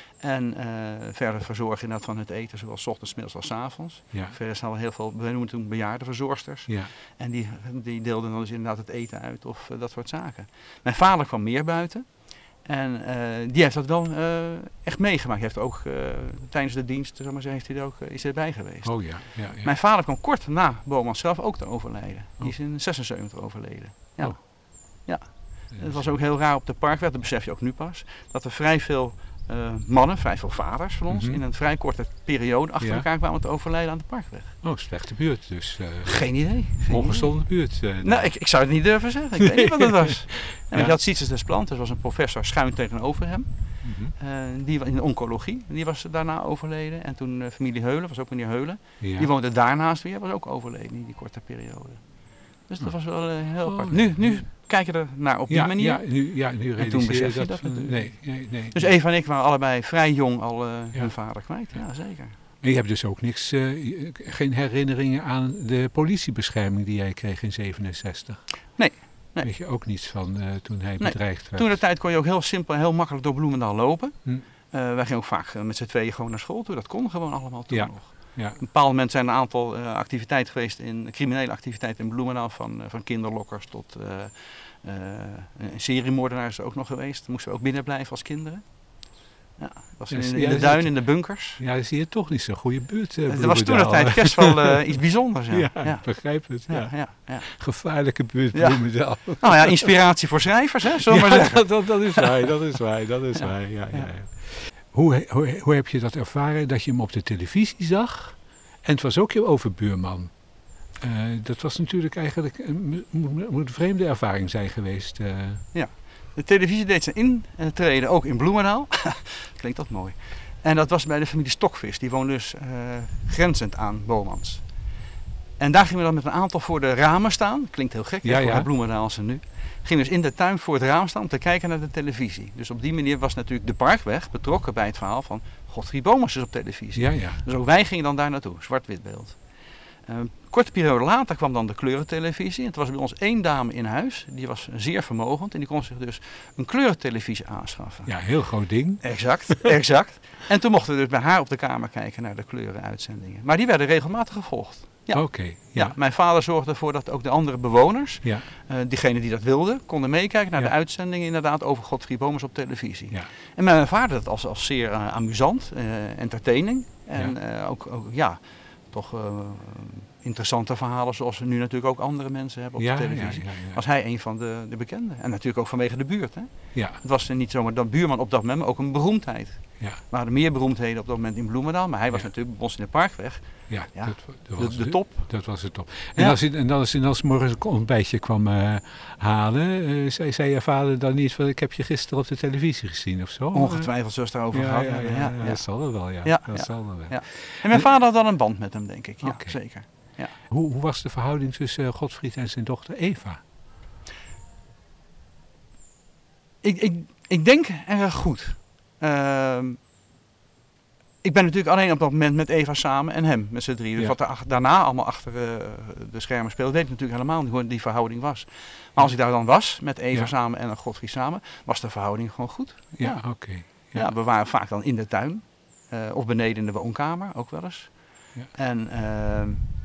En uh, verder verzorgen inderdaad van het eten, zowel 's ochtends, 's middags als 's avonds. Ja. Verder staan we heel veel, we noemen toen bejaardenverzorgsters. Ja. En die, die deelden dan dus inderdaad het eten uit of uh, dat soort zaken. Mijn vader kwam meer buiten. En uh, die heeft dat wel uh, echt meegemaakt. Hij heeft ook uh, tijdens de dienst, zeg maar, heeft hij er ook, uh, is erbij geweest. Oh ja, ja, ja. Mijn vader kwam kort na Bomans zelf ook te overlijden. Die Oh. is in zesenzeventig overleden. Ja. Oh. Ja. Het was ook heel raar op de parkweg, dat besef je ook nu pas. Dat er vrij veel uh, mannen, vrij veel vaders van ons, Mm-hmm. in een vrij korte periode achter Ja. elkaar kwamen te overlijden aan de parkweg. Oh, slechte buurt dus. Uh, Geen idee. Geen Ongezonde buurt. Uh, Nou, ik, ik zou het niet durven zeggen. Ik weet niet wat het was. En Ja. je had Sietses des Plantes, dat was een professor schuin tegenover hem. Mm-hmm. Uh, die in de oncologie, die was daarna overleden. En toen uh, familie Heulen, was ook meneer Heulen. Ja. Die woonde daarnaast weer, was ook overleden in die korte periode. Dus dat Oh. was wel uh, heel Oh, apart. Nu, nu kijk je er naar op die ja, manier. Ja, nu, ja, nu En toen realiseer besef je dat. dat van- natuurlijk. nee, nee, nee. Dus Eva en ik waren allebei vrij jong al uh, Ja. hun vader kwijt. Ja, zeker. En je hebt dus ook niks, uh, geen herinneringen aan de politiebescherming die jij kreeg in zevenenzestig? Nee. Nee. Weet je ook niets van uh, toen hij Nee. bedreigd werd? Toen de tijd kon je ook heel simpel en heel makkelijk door Bloemendaal lopen. Hm. Uh, wij gingen ook vaak uh, met z'n tweeën gewoon naar school toe. Dat kon gewoon allemaal toen Ja. nog. Ja. Op een bepaald moment zijn er een aantal uh, activiteiten geweest, in, criminele activiteiten in Bloemendaal. Van, uh, van kinderlokkers tot uh, uh, een seriemoordenaar is er ook nog geweest. Dan moesten we ook binnen blijven als kinderen. Ja, dat was in, Ja, in ja, de is duin, het- in de bunkers. Ja, dan zie je toch niet zo'n goede buurt. Uh, Het was toen de Bloemendaal. tijd best wel uh, iets bijzonders. Ja. Ja, Ja. ik begrijp het. Ja. Ja, ja, ja. Gevaarlijke buurt Ja. Bloemendaal. Nou ja, inspiratie voor schrijvers, hè, zullen we Ja, maar zeggen. dat, dat, dat is waar, dat is waar, dat is Ja. waar. Ja, ja. Ja. Ja. Hoe, hoe, hoe heb je dat ervaren dat je hem op de televisie zag? En het was ook je overbuurman. Uh, dat was natuurlijk eigenlijk een, moet, moet een vreemde ervaring zijn geweest. Uh. De televisie deed zijn intreden ook in Bloemendaal. Klinkt dat mooi. En dat was bij de familie Stokvis. Die woonde dus uh, grenzend aan Bomans. En daar gingen we dan met een aantal voor de ramen staan. Klinkt heel gek, Ja, hè, voor ja. de Bloemendaals en nu. Gingen dus in de tuin voor het raam staan om te kijken naar de televisie. Dus op die manier was natuurlijk de Parkweg betrokken bij het verhaal van Godfried Bomans is op televisie. Ja, ja. Dus ook wij gingen dan daar naartoe, zwart-wit beeld. Uh, een korte periode later kwam dan de kleurentelevisie. En het was bij ons één dame in huis, die was zeer vermogend en die kon zich dus een kleurentelevisie aanschaffen. Ja, heel groot ding. Exact, exact. En toen mochten we dus bij haar op de kamer kijken naar de kleurenuitzendingen. Maar die werden regelmatig gevolgd. Ja. Oké. Okay, Ja. ja. Mijn vader zorgde ervoor dat ook de andere bewoners, Ja. uh, diegenen die dat wilden, konden meekijken naar Ja. de uitzendingen inderdaad over Godfried Bomans op televisie. Ja. En men ervaarde het als, als zeer uh, amusant, uh, entertaining en uh, ook, ook ja, toch uh, interessante verhalen zoals we nu natuurlijk ook andere mensen hebben op Ja, de televisie. ja, ja, ja. Was hij een van de, de bekenden. En natuurlijk ook vanwege de buurt. Hè? Ja, Het was niet zomaar de buurman op dat moment, maar ook een beroemdheid. ja, Er waren meer beroemdheden op dat moment in Bloemendaal, maar hij was Ja. natuurlijk bij ons in de Parkweg. ja, Ja, dat, dat De, was de top. Dat was het top. En, Ja. als, hij, en als hij dan 's morgens een ontbijtje kwam eh, halen, eh, zei, zei je vader dan niet van ik heb je gisteren op de televisie gezien of zo? Ongetwijfeld zoals we het daarover Ja, gehad ja, hebben. ja, Ja, ja, ja. dat zal er wel, ja. Ja, dat ja. zal er wel. Ja. En mijn vader had dan een band met hem, denk ik. Ja, Oké. zeker. Hoe, hoe was de verhouding tussen uh, Godfried en zijn dochter Eva? Ik, ik, ik denk erg goed. Uh, ik ben natuurlijk alleen op dat moment met Eva samen en hem, met z'n drie. Dus Ja. wat er ach- daarna allemaal achter uh, de schermen speelde, weet ik natuurlijk helemaal niet hoe die verhouding was. Maar als ik daar dan was, met Eva Ja. samen en Godfried samen, was de verhouding gewoon goed. Ja, Ja, oké. ja. Ja. we waren vaak dan in de tuin. Uh, of beneden in de woonkamer, ook wel eens. Ja. En uh,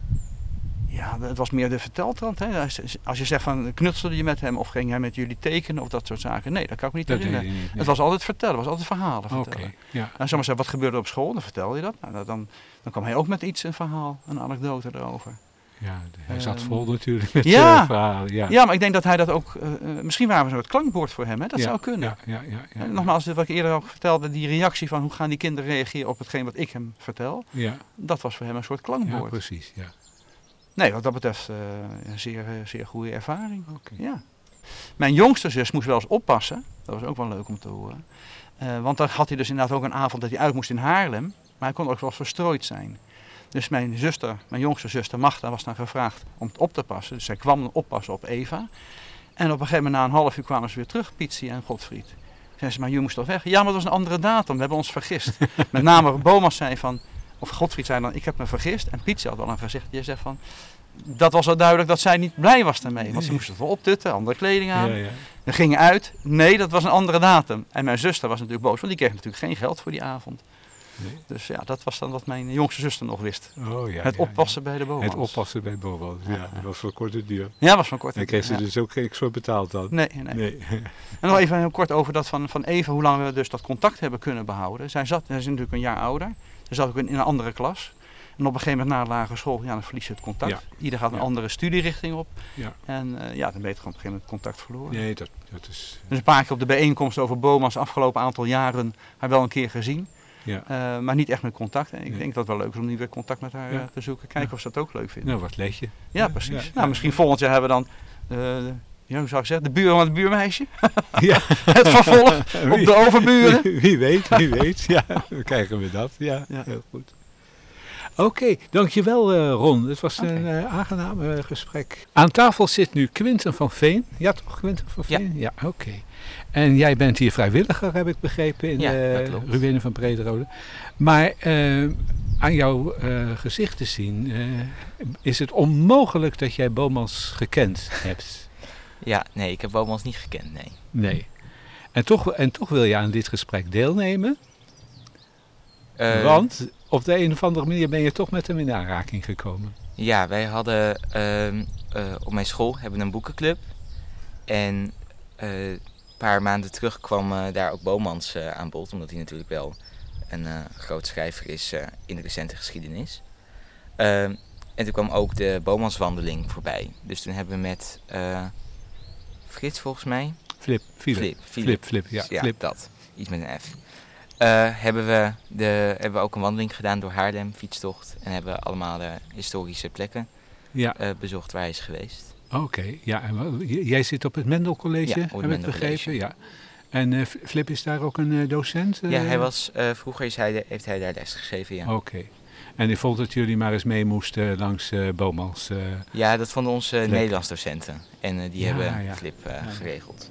ja, het was meer de verteltrand. Hè. Als, als je zegt van knutselde je met hem of ging hij met jullie tekenen of dat soort zaken. Nee, dat kan ik me niet Dat deed herinneren. hij niet. Het was altijd vertellen, het was altijd verhalen Oké, vertellen. ja. En zeg maar zeggen, wat gebeurde op school? Dan vertelde je dat. Nou, dan, dan kwam hij ook met iets, een verhaal, een anekdote erover. Ja, de- hij zat Ehm, vol natuurlijk met ja. zijn verhalen. Ja, Ja, maar ik denk dat hij dat ook, uh, uh, misschien waren we een soort klankbord voor hem, hè? Dat ja, zou kunnen. Ja, ja, ja, ja, En ja. nogmaals, wat ik eerder ook vertelde, die reactie van hoe gaan die kinderen reageren op hetgeen wat ik hem vertel, Ja, dat was voor hem een soort ja, klankbord. precies. Ja. Nee, wat dat betreft uh, een zeer, uh, zeer goede ervaring. Oké. Ja. Mijn jongste zus moest wel eens oppassen. Dat was ook wel leuk om te horen. Uh, want dan had hij dus inderdaad ook een avond dat hij uit moest in Haarlem. Maar hij kon ook wel eens verstrooid zijn. Dus mijn zuster, mijn jongste zuster Magda, was dan gevraagd om op te passen. Dus zij kwam oppassen op Eva. En op een gegeven moment na een half uur kwamen ze weer terug, Pietsie en Godfried. Zeiden ze, maar je moest toch weg? Ja, maar dat was een andere datum. We hebben ons vergist. Met name Bomas zei van, of Godfried zei dan, ik heb me vergist. En Pietsie had wel een gezicht. Die zegt van, dat was al duidelijk dat zij niet blij was daarmee. Want ze moesten wel optutten, andere kleding aan. Ja, ja. We gingen uit. Nee, dat was een andere datum. En mijn zuster was natuurlijk boos, want die kreeg natuurlijk geen geld voor die avond. Nee. Dus ja, dat was dan wat mijn jongste zuster nog wist. Oh, ja, Het ja, oppassen ja. bij de Bomans. Het oppassen bij Bomas, ja. Dat was voor korte duur. Ja, was van kort. En kreeg ze ja. dus ook niks voor betaald dan? Nee, nee. Nee. En nog even heel kort over dat van, van Eva, hoe lang we dus dat contact hebben kunnen behouden. Zij zat, zij is natuurlijk een jaar ouder. Ze zat ook in, in een andere klas. En op een gegeven moment na de lagere school, ja, dan verlies je het contact. Ja. Ieder gaat een Ja. andere studierichting op. Ja. En uh, ja, dan ben je toch op een gegeven moment contact verloren. Nee, dat, dat is... Dus een paar keer op de bijeenkomst over Bomas afgelopen aantal jaren haar wel een keer gezien. Ja. Uh, maar niet echt met contact. En ik Nee. denk dat het wel leuk is om nu weer contact met haar Ja. uh, te zoeken. Kijken Ja. of ze dat ook leuk vindt. Nou, wat lees je? Ja, precies. Ja, Nou, ja. misschien volgend jaar hebben we dan, uh, ja, hoe zou ik zeggen, de buurman van het buurmeisje. Ja. Het vervolg op de overburen. Wie, wie weet, wie weet. Ja, dan krijgen we dat. Ja, Ja. heel goed. Oké, okay, dankjewel uh, Ron. Het was Okay. een uh, aangenaam uh, gesprek. Aan tafel zit nu Quinten van Veen. Ja toch, Quinten van Veen? Ja, ja oké. Okay. En jij bent hier vrijwilliger, heb ik begrepen, in ja, de ruïne van Brederode. Maar uh, aan jouw uh, gezicht te zien, uh, is het onmogelijk dat jij Bomans gekend hebt. Ja, nee, ik heb Bomans niet gekend, nee. Nee. En toch, en toch wil je aan dit gesprek deelnemen? Uh, Want op de een of andere manier ben je toch met hem in aanraking gekomen. Ja, wij hadden uh, uh, op mijn school hebben we een boekenclub. En uh, een paar maanden terug kwam uh, daar ook Bomans uh, aan bod. Omdat hij natuurlijk wel een uh, groot schrijver is uh, in de recente geschiedenis. Uh, en toen kwam ook de Bomanswandeling voorbij. Dus toen hebben we met uh, Frits volgens mij. Flip, Philip. Flip, Flip, Flip, Flip, ja. ja Flip. dat. Iets met een F. Uh, hebben, we de, hebben we ook een wandeling gedaan door Haarlem, fietstocht. En hebben we allemaal de historische plekken ja. uh, bezocht waar hij is geweest. Oké, okay, ja. En jij zit op het Mendel College, ja, heb ik begrepen. Ja. En uh, Flip is daar ook een uh, docent? Uh? Ja, hij was, uh, vroeger is hij de, heeft hij daar les gegeven, ja. Oké. Okay. En ik vond dat jullie maar eens mee moesten langs uh, Bomans. Uh, ja, dat vonden onze uh, Nederlands docenten. En uh, die ja, hebben ja. Flip uh, ja. geregeld.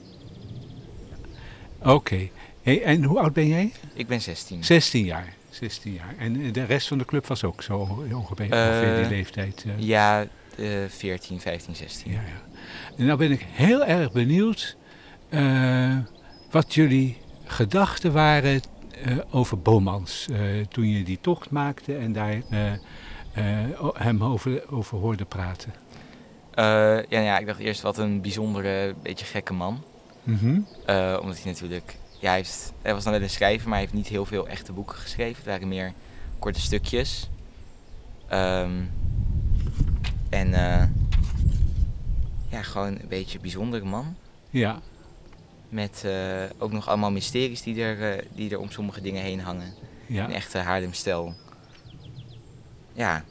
Oké. Okay. Hey, en hoe oud ben jij? Ik ben zestien. zestien jaar. zestien jaar. En de rest van de club was ook zo ongeveer, ongeveer uh, die leeftijd? Uh. Ja, uh, veertien, vijftien, zestien. Ja, ja. En nou ben ik heel erg benieuwd uh, wat jullie gedachten waren uh, over Bomans. Uh, toen je die tocht maakte en daar uh, uh, hem over, over hoorde praten. Uh, ja, ja, ik dacht eerst wat een bijzondere, beetje gekke man. Mm-hmm. Uh, omdat hij natuurlijk... Ja, hij, heeft, hij was dan wel een schrijver, maar hij heeft niet heel veel echte boeken geschreven. Het waren meer korte stukjes. Um, En uh, ja, gewoon een beetje een bijzondere man. Ja. Met uh, ook nog allemaal mysteries die er, uh, die er om sommige dingen heen hangen. Ja. Een echte Haarlemstijl. Ja.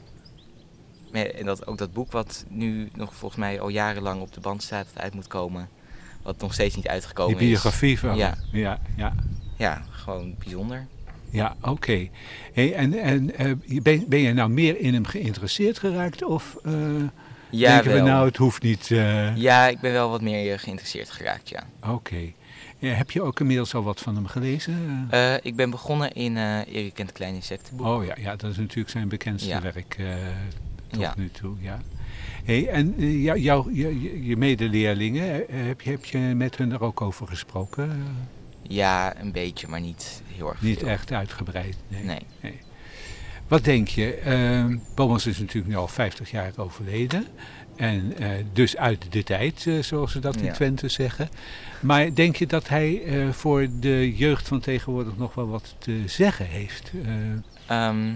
En dat, ook dat boek wat nu nog volgens mij al jarenlang op de band staat, dat uit moet komen. Wat nog steeds niet uitgekomen is. Die biografie van ja. Ja, ja. Ja, gewoon bijzonder. Ja, oké. Okay. Hey, en en uh, ben, ben je nou meer in hem geïnteresseerd geraakt? Of uh, ja, denken wel. we nou, het hoeft niet... Uh... Ja, ik ben wel wat meer geïnteresseerd geraakt, ja. Oké. Okay. Ja, heb je ook inmiddels al wat van hem gelezen? Uh, ik ben begonnen in uh, Erik en het Kleine Insectenboek. Oh ja, ja, dat is natuurlijk zijn bekendste ja. werk uh, tot ja. nu toe, ja. Hey, en uh, jou, jou, je, je medeleerlingen, uh, heb, je, heb je met hun er ook over gesproken? Ja, een beetje, maar niet heel erg veel. Niet echt uitgebreid? Nee. nee. nee. Wat denk je? Uh, Bomans is natuurlijk nu al vijftig jaar overleden. En uh, dus uit de tijd, uh, zoals ze dat in ja. Twente zeggen. Maar denk je dat hij uh, voor de jeugd van tegenwoordig nog wel wat te zeggen heeft? Uh... Um,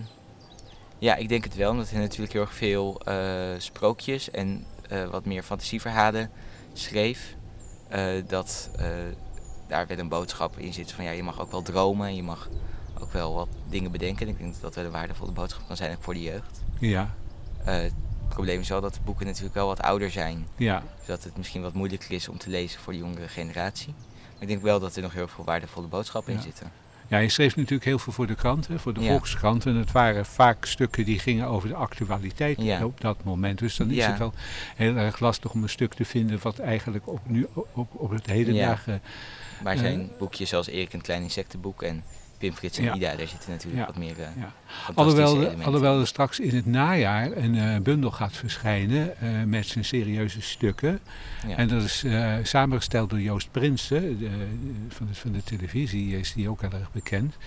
ja, ik denk het wel. Omdat hij natuurlijk heel erg veel uh, sprookjes en uh, wat meer fantasieverhalen schreef. Uh, dat uh, daar wel een boodschap in zit van ja, je mag ook wel dromen. En je mag ook wel wat dingen bedenken. En ik denk dat dat wel een waardevolle boodschap kan zijn ook voor de jeugd. Ja. Uh, Het probleem is wel dat de boeken natuurlijk wel wat ouder zijn. Ja. Zodat het misschien wat moeilijker is om te lezen voor de jongere generatie. Maar ik denk wel dat er nog heel veel waardevolle boodschappen ja. in zitten. Ja, je schreef natuurlijk heel veel voor de kranten, voor de ja. Volkskrant. En het waren vaak stukken die gingen over de actualiteit ja. op dat moment. Dus dan is ja. het wel heel erg lastig om een stuk te vinden wat eigenlijk op, nu, op, op het hedendaag... Ja. Maar zijn uh, boekjes zoals Erik en het Kleine Insectenboek en Pim, Frits en ja. Ida, daar zitten natuurlijk ja. wat meer uh, ja. alhoewel, de, alhoewel er straks in het najaar een uh, bundel gaat verschijnen uh, met zijn serieuze stukken. Ja. En dat is uh, samengesteld door Joost Prinsen, de, van, de, van de televisie is die ook heel erg bekend.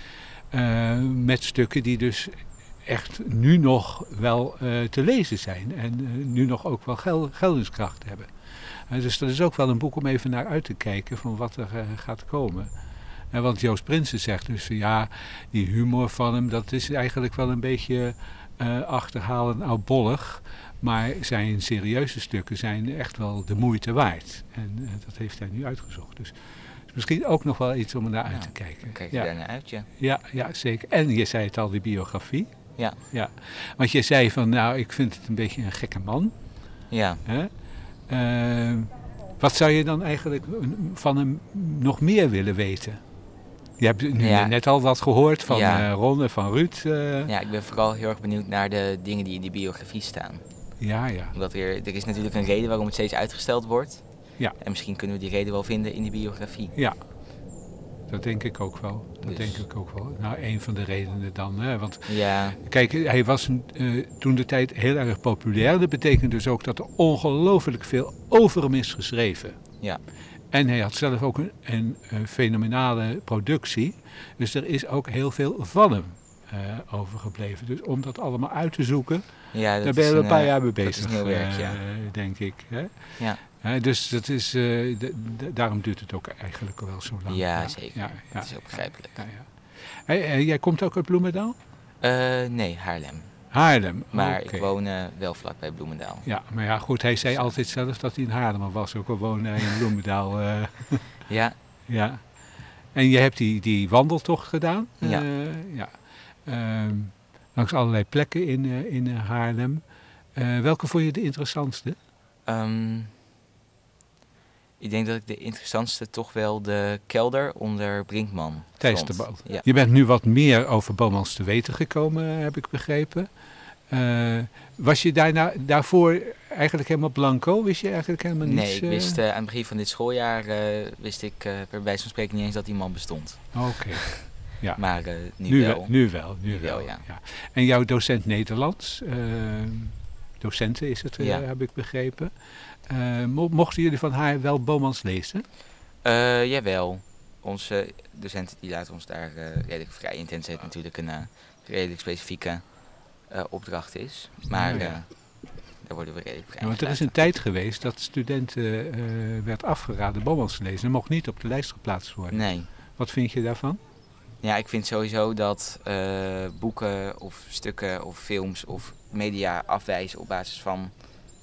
Uh, met stukken die dus echt nu nog wel uh, te lezen zijn en uh, nu nog ook wel gel- geldingskracht hebben. Uh, dus dat is ook wel een boek om even naar uit te kijken van wat er uh, gaat komen. En want Joost Prinsen zegt dus, ja, die humor van hem, dat is eigenlijk wel een beetje uh, achterhalend oudbollig. Maar zijn serieuze stukken zijn echt wel de moeite waard. En uh, dat heeft hij nu uitgezocht. Dus misschien ook nog wel iets om er naar uit nou, te kijken. Kijk je ja. daar naar uit, ja. ja. Ja, zeker. En je zei het al, die biografie. Ja. ja. Want je zei van, nou, ik vind het een beetje een gekke man. Ja. Hè? Uh, wat zou je dan eigenlijk van hem nog meer willen weten? Je hebt nu ja. net al wat gehoord van ja. uh, Ron en van Ruud. Uh. Ja, ik ben vooral heel erg benieuwd naar de dingen die in die biografie staan. Ja, ja. Omdat er, er is natuurlijk een reden waarom het steeds uitgesteld wordt. Ja. En misschien kunnen we die reden wel vinden in die biografie. Ja, dat denk ik ook wel. Dat dus. denk ik ook wel. Nou, een van de redenen dan. Hè? Want ja. kijk, hij was uh, toen de tijd heel erg populair. Dat betekent dus ook dat er ongelooflijk veel over hem is geschreven. Ja. En hij had zelf ook een, een, een fenomenale productie. Dus er is ook heel veel van hem uh, overgebleven. Dus om dat allemaal uit te zoeken, ja, daar ben je er een paar uh, jaar mee bezig, dat is heel werk, uh, ja. denk ik. Hè? Ja. Uh, dus dat is, uh, d- d- daarom duurt het ook eigenlijk wel zo lang. Ja, ja zeker. Ja, ja, dat is ook begrijpelijk. Ja, ja. Hey, uh, jij komt ook uit Bloemendaal? Uh, nee, Haarlem. Haarlem, Maar okay. ik woon uh, wel vlakbij Bloemendaal. Ja, maar ja, goed, hij zei altijd zelf dat hij in Haarlem was. Ook al woonde hij in Bloemendaal. Uh. Ja. Ja. En je hebt die, die wandeltocht gedaan. Ja. Uh, ja. Uh, langs allerlei plekken in, uh, in uh, Haarlem. Uh, welke vond je de interessantste? Um, ik denk dat ik de interessantste toch wel de kelder onder Brinkman Thijs vond. de Boot. Ja. Je bent nu wat meer over Bomans te weten gekomen, heb ik begrepen. Uh, was je daarna, daarvoor eigenlijk helemaal blanco? Wist je eigenlijk helemaal niets? Nee, ik wist uh, aan het begin van dit schooljaar uh, wist ik uh, per wijze van spreken niet eens dat die man bestond. Oké. Okay. Ja. Maar uh, nu, nu wel. wel. Nu wel, nu, nu wel, wel ja. ja. En jouw docent Nederlands, uh, docenten is het, uh, ja. heb ik begrepen. Uh, mo- mochten jullie van haar wel Bomans lezen? Uh, jawel. Onze docenten die laten ons daar uh, redelijk vrij in, tenzij het natuurlijk een uh, redelijk specifieke uh, opdracht is. Maar uh, ja. daar worden we redelijk vrij. Ja, want er is een tijd geweest dat studenten uh, werd afgeraden Bomans te lezen. Dat mocht niet op de lijst geplaatst worden. Nee. Wat vind je daarvan? Ja, ik vind sowieso dat uh, boeken of stukken of films of media afwijzen op basis van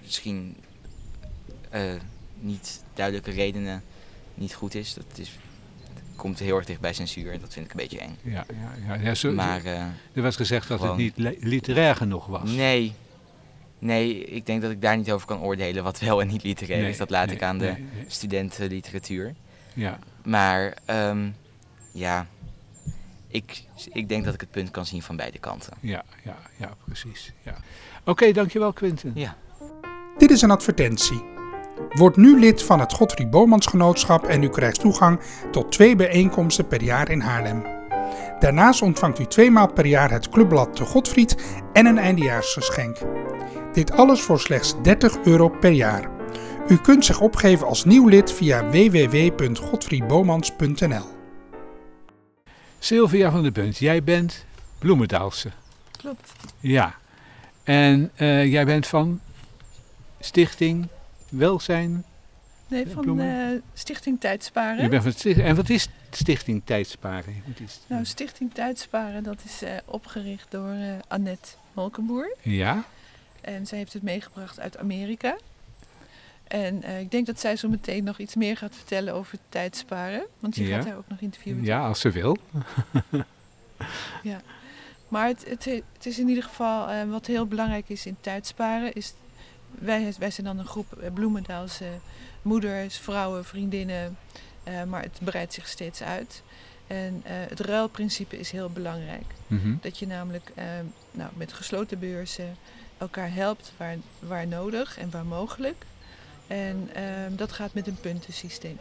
misschien uh, niet duidelijke redenen niet goed is. Dat is, komt heel erg dicht bij censuur en dat vind ik een beetje eng. Ja, ja, ja, ja zo, maar, uh, er was gezegd dat gewoon, het niet literair genoeg was. Nee, nee, ik denk dat ik daar niet over kan oordelen wat wel en niet literair nee, is. Dat laat nee, ik aan de nee, nee. studentenliteratuur. Ja. Maar um, ja, ik, ik denk dat ik het punt kan zien van beide kanten. Ja, ja, ja, precies. Ja. Oké, okay, dankjewel Quinten. Ja. Dit is een advertentie. Word nu lid van het Godfried Bomans Genootschap en u krijgt toegang tot twee bijeenkomsten per jaar in Haarlem. Daarnaast ontvangt u tweemaal per jaar het clubblad De Godfried en een eindejaarsgeschenk. Dit alles voor slechts dertig euro per jaar. U kunt zich opgeven als nieuw lid via w w w punt godfriedbomans punt n l. Sylvia van der Bunt, jij bent Bloemendaalse. Klopt. Ja, en uh, jij bent van Stichting Welzijn? Nee, van uh, Stichting Tijdsparen. Je bent van Stichting, en wat is Stichting Tijdsparen? Wat is nou, Stichting Tijdsparen, dat is uh, opgericht door uh, Annette Molkenboer. Ja. En zij heeft het meegebracht uit Amerika. En uh, ik denk dat zij zo meteen nog iets meer gaat vertellen over tijdsparen. Want je ja. gaat haar ook nog interviewen. Ja, als ze wil. Ja. Maar het, het, het is in ieder geval, uh, wat heel belangrijk is in tijdsparen, is wij, wij zijn dan een groep uh, Bloemendaalse moeders, vrouwen, vriendinnen. Uh, maar het breidt zich steeds uit. En uh, het ruilprincipe is heel belangrijk. Mm-hmm. Dat je namelijk uh, nou, met gesloten beurzen elkaar helpt waar, waar nodig en waar mogelijk. En um, dat gaat met een puntensysteem.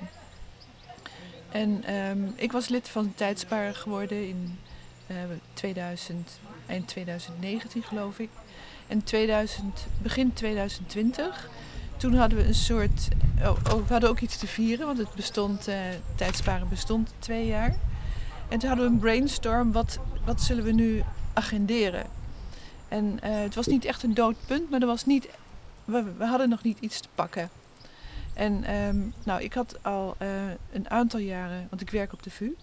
En um, ik was lid van Tijdsparen geworden in uh, tweeduizend, eind tweeduizend negentien geloof ik. En tweeduizend, begin tweeduizend twintig, toen hadden we een soort, oh, oh, we hadden ook iets te vieren, want het bestond, uh, Tijdsparen bestond twee jaar. En toen hadden we een brainstorm, wat, wat zullen we nu agenderen? En uh, het was niet echt een dood punt, maar er was niet, we, we hadden nog niet iets te pakken. En um, nou, ik had al uh, een aantal jaren, want ik werk op de V U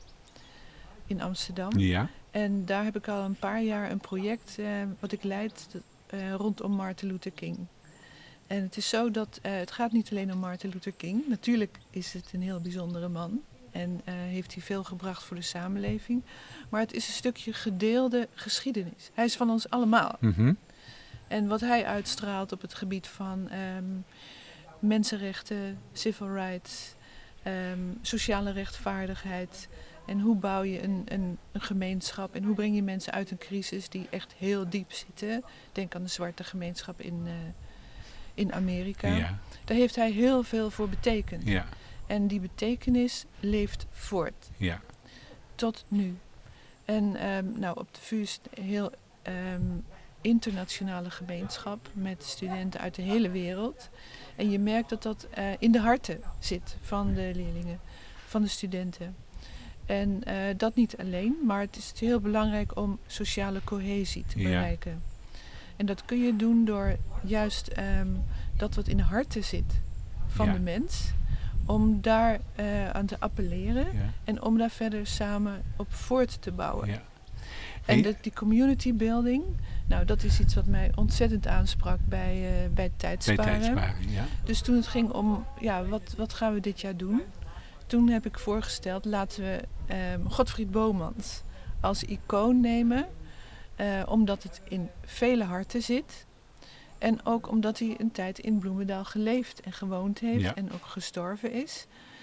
in Amsterdam. Ja. En daar heb ik al een paar jaar een project uh, wat ik leid uh, rondom Martin Luther King. En het is zo dat uh, het gaat niet alleen om Martin Luther King. Natuurlijk is het een heel bijzondere man en uh, heeft hij veel gebracht voor de samenleving. Maar het is een stukje gedeelde geschiedenis. Hij is van ons allemaal. Mm-hmm. En wat hij uitstraalt op het gebied van um, mensenrechten, civil rights, um, sociale rechtvaardigheid. En hoe bouw je een, een, een gemeenschap en hoe breng je mensen uit een crisis die echt heel diep zitten. Denk aan de zwarte gemeenschap in, uh, in Amerika. Ja. Daar heeft hij heel veel voor betekend. Ja. En die betekenis leeft voort. Ja. Tot nu. En um, nou, op de V U is een heel um, internationale gemeenschap met studenten uit de hele wereld. En je merkt dat dat uh, in de harten zit van de leerlingen, van de studenten. En uh, dat niet alleen, maar het is heel belangrijk om sociale cohesie te bereiken. Ja. En dat kun je doen door juist um, dat wat in de harten zit van ja. de mens, om daar uh, aan te appelleren ja. en om daar verder samen op voort te bouwen. Ja. En de, die community building, nou dat is iets wat mij ontzettend aansprak bij, uh, bij Tijdsparen. Bij Tijdsparen, ja. Dus toen het ging om, ja, wat, wat gaan we dit jaar doen? Toen heb ik voorgesteld, laten we um, Godfried Bomans als icoon nemen. Uh, omdat het in vele harten zit. En ook omdat hij een tijd in Bloemendaal geleefd en gewoond heeft. Ja. En ook gestorven is.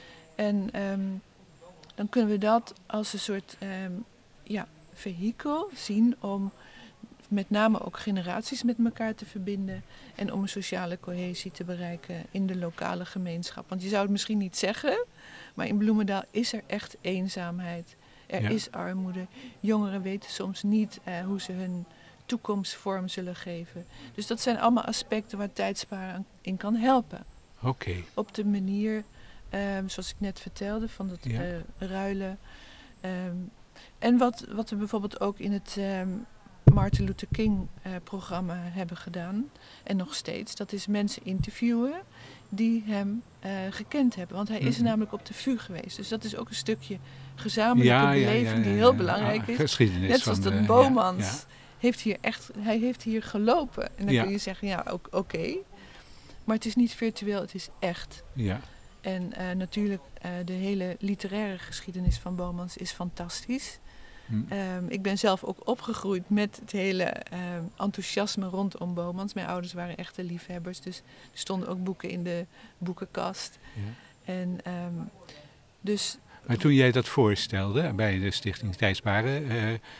En um, dan kunnen we dat als een soort um, ja, vehikel zien om met name ook generaties met elkaar te verbinden. En om een sociale cohesie te bereiken in de lokale gemeenschap. Want je zou het misschien niet zeggen, maar in Bloemendaal is er echt eenzaamheid. Er ja. is armoede. Jongeren weten soms niet uh, hoe ze hun toekomst vorm zullen geven. Dus dat zijn allemaal aspecten waar Tijdsparen in kan helpen. Oké. Okay. Op de manier, um, zoals ik net vertelde, van het ja. uh, ruilen. Um, en wat, wat we bijvoorbeeld ook in het um, Martin Luther King uh, programma hebben gedaan. En nog steeds. Dat is mensen interviewen die hem uh, gekend hebben. Want hij is mm-hmm. namelijk op de V U geweest. Dus dat is ook een stukje gezamenlijke ja, beleving ja, ja, ja, die heel ja, belangrijk ja, is. Geschiedenis Net zoals van dat de, Bomans ja, ja. heeft hier echt, hij heeft hier gelopen. En dan ja. kun je zeggen, ja, oké. Okay. Maar het is niet virtueel, het is echt. Ja. En uh, natuurlijk, uh, de hele literaire geschiedenis van Bomans is fantastisch. Hm. Um, ik ben zelf ook opgegroeid met het hele um, enthousiasme rondom Bomans. Mijn ouders waren echte liefhebbers, dus er stonden ook boeken in de boekenkast. Ja. En, um, dus, maar toen jij dat voorstelde bij de Stichting Tijdsbaren, uh,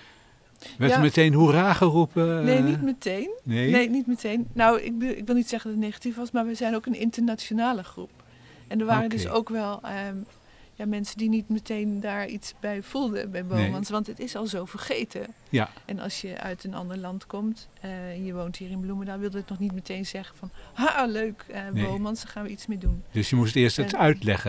werd ja, er meteen hoera geroepen? Uh, nee, niet meteen. Nee? nee, niet meteen. Nou, ik, ik wil niet zeggen dat het negatief was, maar we zijn ook een internationale groep. En er waren okay. dus ook wel um, ja, mensen die niet meteen daar iets bij voelden bij Bomans. Nee. Want het is al zo vergeten. Ja. En als je uit een ander land komt uh, en je woont hier in Bloemendaal, wilde het nog niet meteen zeggen van, ha, leuk, uh, nee. Bomans, daar gaan we iets mee doen. Dus je moest eerst en, het uitleggen.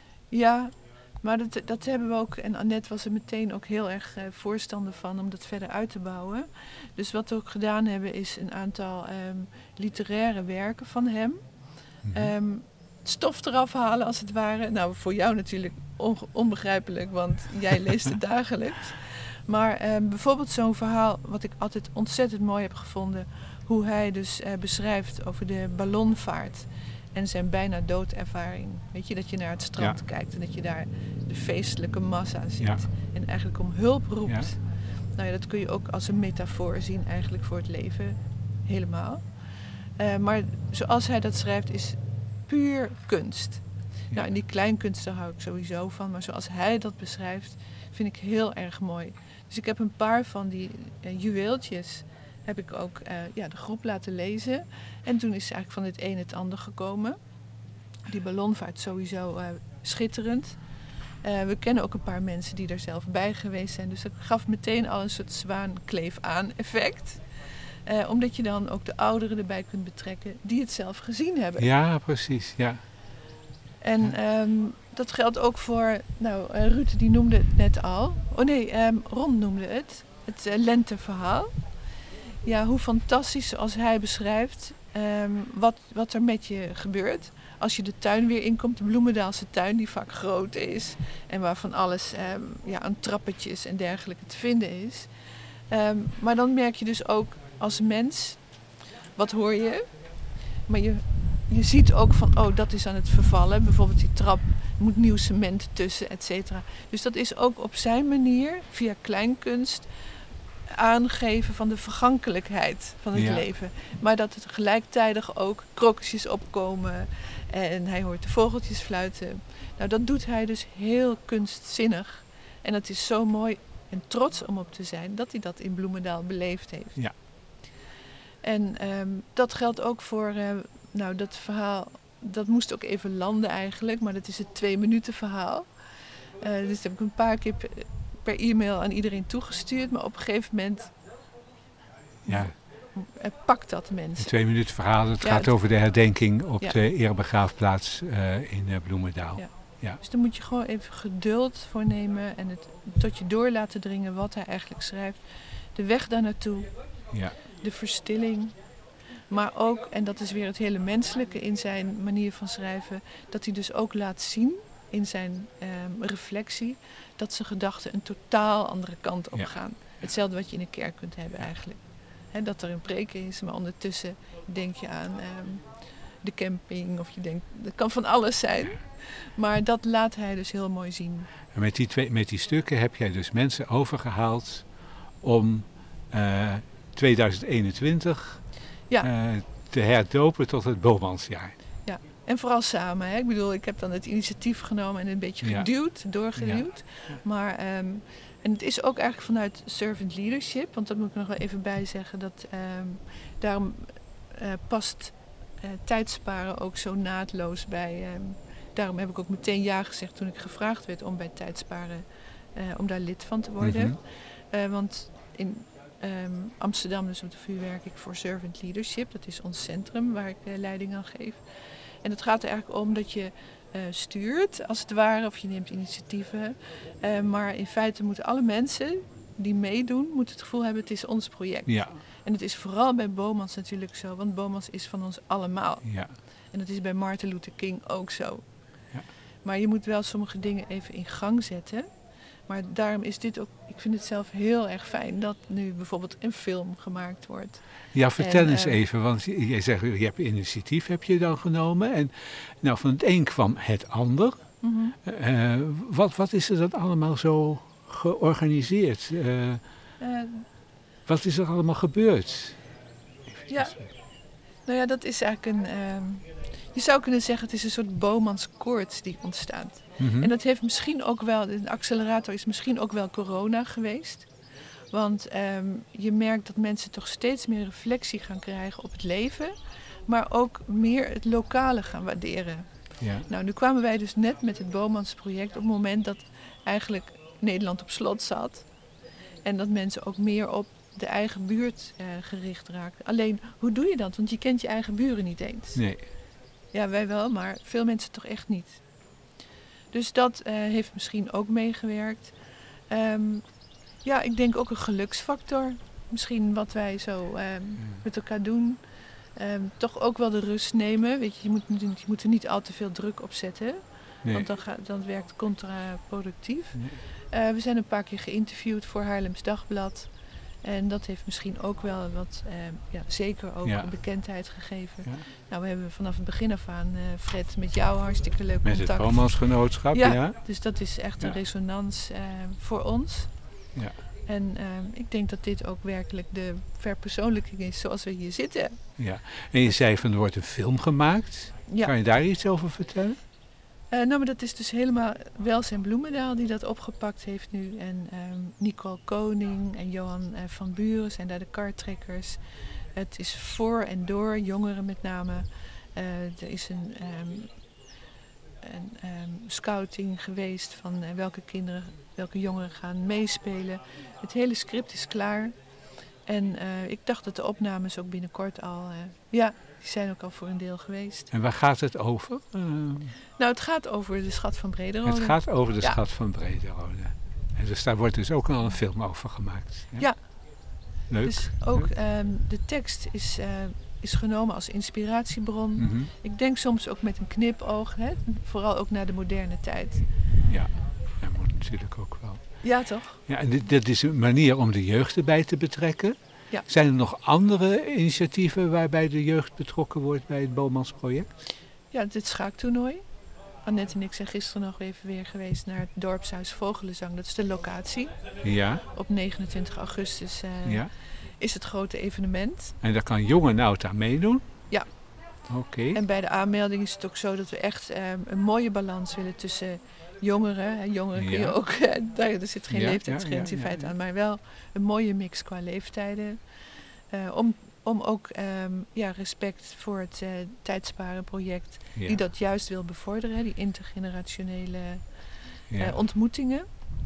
Ja, maar dat, dat hebben we ook. En Annette was er meteen ook heel erg uh, voorstander van om dat verder uit te bouwen. Dus wat we ook gedaan hebben is een aantal um, literaire werken van hem. Mm-hmm. Um, stof eraf halen als het ware. Nou, voor jou natuurlijk on- onbegrijpelijk, want jij leest het dagelijks. Maar um, bijvoorbeeld zo'n verhaal wat ik altijd ontzettend mooi heb gevonden. Hoe hij dus uh, beschrijft over de ballonvaart en zijn bijna doodervaring. Weet je, dat je naar het strand ja. kijkt en dat je daar de feestelijke massa ziet. Ja. En eigenlijk om hulp roept. Ja. Nou ja, dat kun je ook als een metafoor zien eigenlijk voor het leven. Helemaal. Uh, maar zoals hij dat schrijft is puur kunst. Ja. Nou, en die kleinkunsten hou ik sowieso van. Maar zoals hij dat beschrijft, vind ik heel erg mooi. Dus ik heb een paar van die uh, juweeltjes heb ik ook uh, ja, de groep laten lezen. En toen is eigenlijk van het een het ander gekomen. Die ballonvaart sowieso uh, schitterend. Uh, we kennen ook een paar mensen die er zelf bij geweest zijn. Dus dat gaf meteen al een soort zwaankleef-aan effect. Uh, omdat je dan ook de ouderen erbij kunt betrekken die het zelf gezien hebben. Ja, precies. Ja. En um, dat geldt ook voor, nou, uh, Ruud die noemde het net al. Oh nee, um, Ron noemde het. Het uh, lenteverhaal. Ja, hoe fantastisch zoals hij beschrijft um, wat, wat er met je gebeurt. Als je de tuin weer inkomt, de Bloemendaalse tuin die vaak groot is. En waarvan alles um, ja, aan trappetjes en dergelijke te vinden is. Um, maar dan merk je dus ook als mens, wat hoor je? Maar je, je ziet ook van, oh, dat is aan het vervallen. Bijvoorbeeld die trap, er moet nieuw cement tussen, et cetera. Dus dat is ook op zijn manier, via kleinkunst, aangeven van de vergankelijkheid van het ja. leven. Maar dat er gelijktijdig ook krokusjes opkomen en hij hoort de vogeltjes fluiten. Nou, dat doet hij dus heel kunstzinnig. En dat is zo mooi en trots om op te zijn dat hij dat in Bloemendaal beleefd heeft. Ja. En um, dat geldt ook voor, uh, nou dat verhaal, dat moest ook even landen eigenlijk, maar dat is het twee minuten verhaal. Uh, dus dat heb ik een paar keer per, per e-mail aan iedereen toegestuurd, maar op een gegeven moment ja. uh, pakt dat mensen. Een twee minuten verhaal, het ja, gaat het, over de herdenking op ja. de erebegraafplaats uh, in uh, Bloemendaal. Ja. Ja. Dus daar moet je gewoon even geduld voor nemen en het tot je door laten dringen wat hij eigenlijk schrijft. De weg daar naartoe. Ja. De verstilling, maar ook, en dat is weer het hele menselijke in zijn manier van schrijven, dat hij dus ook laat zien in zijn um, reflectie, dat zijn gedachten een totaal andere kant op gaan. Ja. Hetzelfde wat je in een kerk kunt hebben eigenlijk. He, dat er een preek is, maar ondertussen denk je aan um, de camping of je denkt, dat kan van alles zijn. Maar dat laat hij dus heel mooi zien. En met die, twee, met die stukken heb jij dus mensen overgehaald om Uh, tweeduizend eenentwintig ja. uh, te herdopen tot het Bomansjaar. Ja, en vooral samen. Hè? Ik bedoel, ik heb dan het initiatief genomen en een beetje geduwd, ja. doorgeduwd. Ja. Maar, um, en het is ook eigenlijk vanuit servant leadership, want dat moet ik nog wel even bijzeggen, dat um, daarom uh, past uh, tijdsparen ook zo naadloos bij. Um, daarom heb ik ook meteen ja gezegd toen ik gevraagd werd om bij tijdsparen, uh, om daar lid van te worden. Mm-hmm. Uh, want in Um, Amsterdam, dus op de V U werk ik voor Servant Leadership. Dat is ons centrum waar ik uh, leiding aan geef. En het gaat er eigenlijk om dat je uh, stuurt, als het ware, of je neemt initiatieven. Uh, maar in feite moeten alle mensen die meedoen, moeten het gevoel hebben, het is ons project. Ja. En het is vooral bij Bomans natuurlijk zo, want Bomans is van ons allemaal. Ja. En dat is bij Martin Luther King ook zo. Ja. Maar je moet wel sommige dingen even in gang zetten. Maar daarom is dit ook, ik vind het zelf heel erg fijn dat nu bijvoorbeeld een film gemaakt wordt. Ja, vertel En, eens uh, even, want jij zegt, je hebt initiatief heb je dan genomen. En nou, van het een kwam het ander. Mm-hmm. Uh, wat, wat is er dan allemaal zo georganiseerd? Uh, Uh, wat is er allemaal gebeurd? ja, nou ja, dat is eigenlijk een... Um, je zou kunnen zeggen, het is een soort Bomanskoorts die ontstaat. Mm-hmm. En dat heeft misschien ook wel, de accelerator is misschien ook wel corona geweest. Want um, je merkt dat mensen toch steeds meer reflectie gaan krijgen op het leven. Maar ook meer het lokale gaan waarderen. Ja. Nou, nu kwamen wij dus net met het Bomansproject op het moment dat eigenlijk Nederland op slot zat. En dat mensen ook meer op de eigen buurt uh, gericht raakten. Alleen, hoe doe je dat? Want je kent je eigen buren niet eens. Nee. Ja, wij wel, maar veel mensen toch echt niet. Dus dat uh, heeft misschien ook meegewerkt. Um, ja, ik denk ook een geluksfactor. Misschien wat wij zo um, met elkaar doen. Um, toch ook wel de rust nemen. Weet je, je moet, je moet er niet al te veel druk op zetten. Nee. Want dan, ga, dan werkt het contraproductief. Nee. Uh, we zijn een paar keer geïnterviewd voor Haarlems Dagblad. En dat heeft misschien ook wel wat, uh, ja, zeker ook ja. bekendheid gegeven. Ja. Nou, we hebben vanaf het begin af aan, uh, Fred, met jou hartstikke leuk met contact. Met het Bomansgenootschap, ja. ja. Dus dat is echt een ja. resonans uh, voor ons. Ja. En uh, ik denk dat dit ook werkelijk de verpersoonlijking is zoals we hier zitten. Ja. En je zei van er wordt een film gemaakt. Ja. Kan je daar iets over vertellen? Uh, nou, maar dat is dus helemaal Welzijn Bloemendaal die dat opgepakt heeft nu. En um, Nicole Koning en Johan uh, van Buren zijn daar de kartrekkers. Het is voor en door jongeren met name. Uh, er is een, um, een um, scouting geweest van uh, welke kinderen, welke jongeren gaan meespelen. Het hele script is klaar. En uh, ik dacht dat de opnames ook binnenkort al... Uh, ja, die zijn ook al voor een deel geweest. En waar gaat het over? Uh... Nou, het gaat over de Schat van Brederode. Het gaat over de ja. Schat van Brederode. En dus daar wordt dus ook al een film over gemaakt. Ja. ja. Leuk. Dus ook um, de tekst is, uh, is genomen als inspiratiebron. Mm-hmm. Ik denk soms ook met een knipoog, hè? Vooral ook naar de moderne tijd. Ja, dat moet natuurlijk ook wel. Ja, toch? Ja, en dit, dit is een manier om de jeugd erbij te betrekken. Ja. Zijn er nog andere initiatieven waarbij de jeugd betrokken wordt bij het Bomansproject? Ja, dit schaaktoernooi. Annette en ik zijn gisteren nog even weer geweest naar het dorpshuis Vogelenzang. Dat is de locatie. Ja. Op negenentwintig augustus uh, ja. is het grote evenement. En daar kan jong en oud aan meedoen? Ja. Oké. Okay. En bij de aanmelding is het ook zo dat we echt um, een mooie balans willen tussen jongeren. Hè, jongeren kun je ja. ook, uh, daar er zit geen ja, leeftijdsgrens ja, ja, in feite ja, ja. aan, maar wel een mooie mix qua leeftijden. Uh, om, om ook um, ja, respect voor het uh, tijdsparenproject, ja. die dat juist wil bevorderen, hè, die intergenerationele uh, ja. ontmoetingen.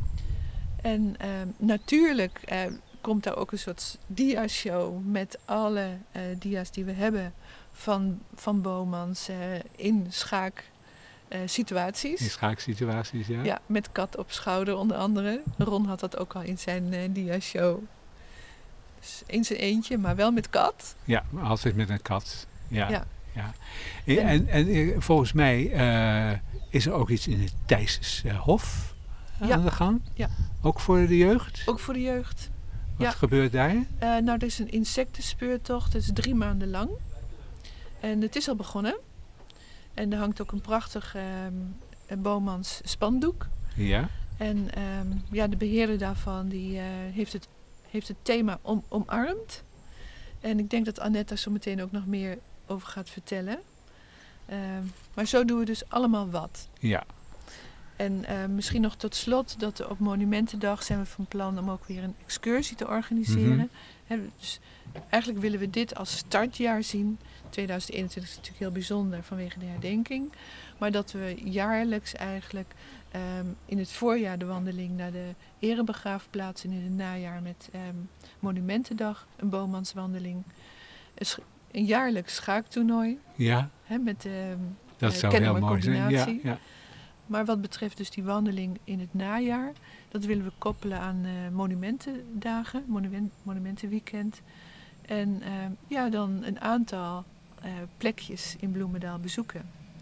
En uh, natuurlijk uh, komt daar ook een soort dia-show met alle uh, dia's die we hebben van, van Bomans uh, in schaak. Uh, situaties. In schaaksituaties, ja. Ja, met kat op schouder onder andere. Ron had dat ook al in zijn uh, dia-show. Dus in zijn eentje, maar wel met kat. Ja, altijd met een kat. Ja. ja. ja. En, en, en, en volgens mij uh, is er ook iets in het Thijsenshof uh, ja. aan de gang. Ja. Ook voor de jeugd? Ook voor de jeugd. Wat ja. gebeurt daar? Uh, nou, er is een insectenspeurtocht. Dat is drie maanden lang. En het is al begonnen. En er hangt ook een prachtig um, een Bomans spandoek. Ja. En um, ja, de beheerder daarvan die, uh, heeft, het, heeft het thema om, omarmd. En ik denk dat Annette daar zo meteen ook nog meer over gaat vertellen. Um, maar zo doen we dus allemaal wat. Ja. En uh, misschien nog tot slot dat op Monumentendag zijn we van plan om ook weer een excursie te organiseren. Mm-hmm. He, dus eigenlijk willen we dit als startjaar zien. tweeduizend eenentwintig is natuurlijk heel bijzonder vanwege de herdenking. Maar dat we jaarlijks eigenlijk um, in het voorjaar de wandeling naar de erebegraafplaats en in het najaar met um, Monumentendag een Bomanswandeling. Een, sch- een jaarlijks schaaktoernooi. Ja. He, met um, dat uh, zou heel mooi zijn. Ja, ja. Maar wat betreft dus die wandeling in het najaar, dat willen we koppelen aan uh, monumentendagen, monument, monumentenweekend. En uh, ja, dan een aantal uh, plekjes in Bloemendaal bezoeken.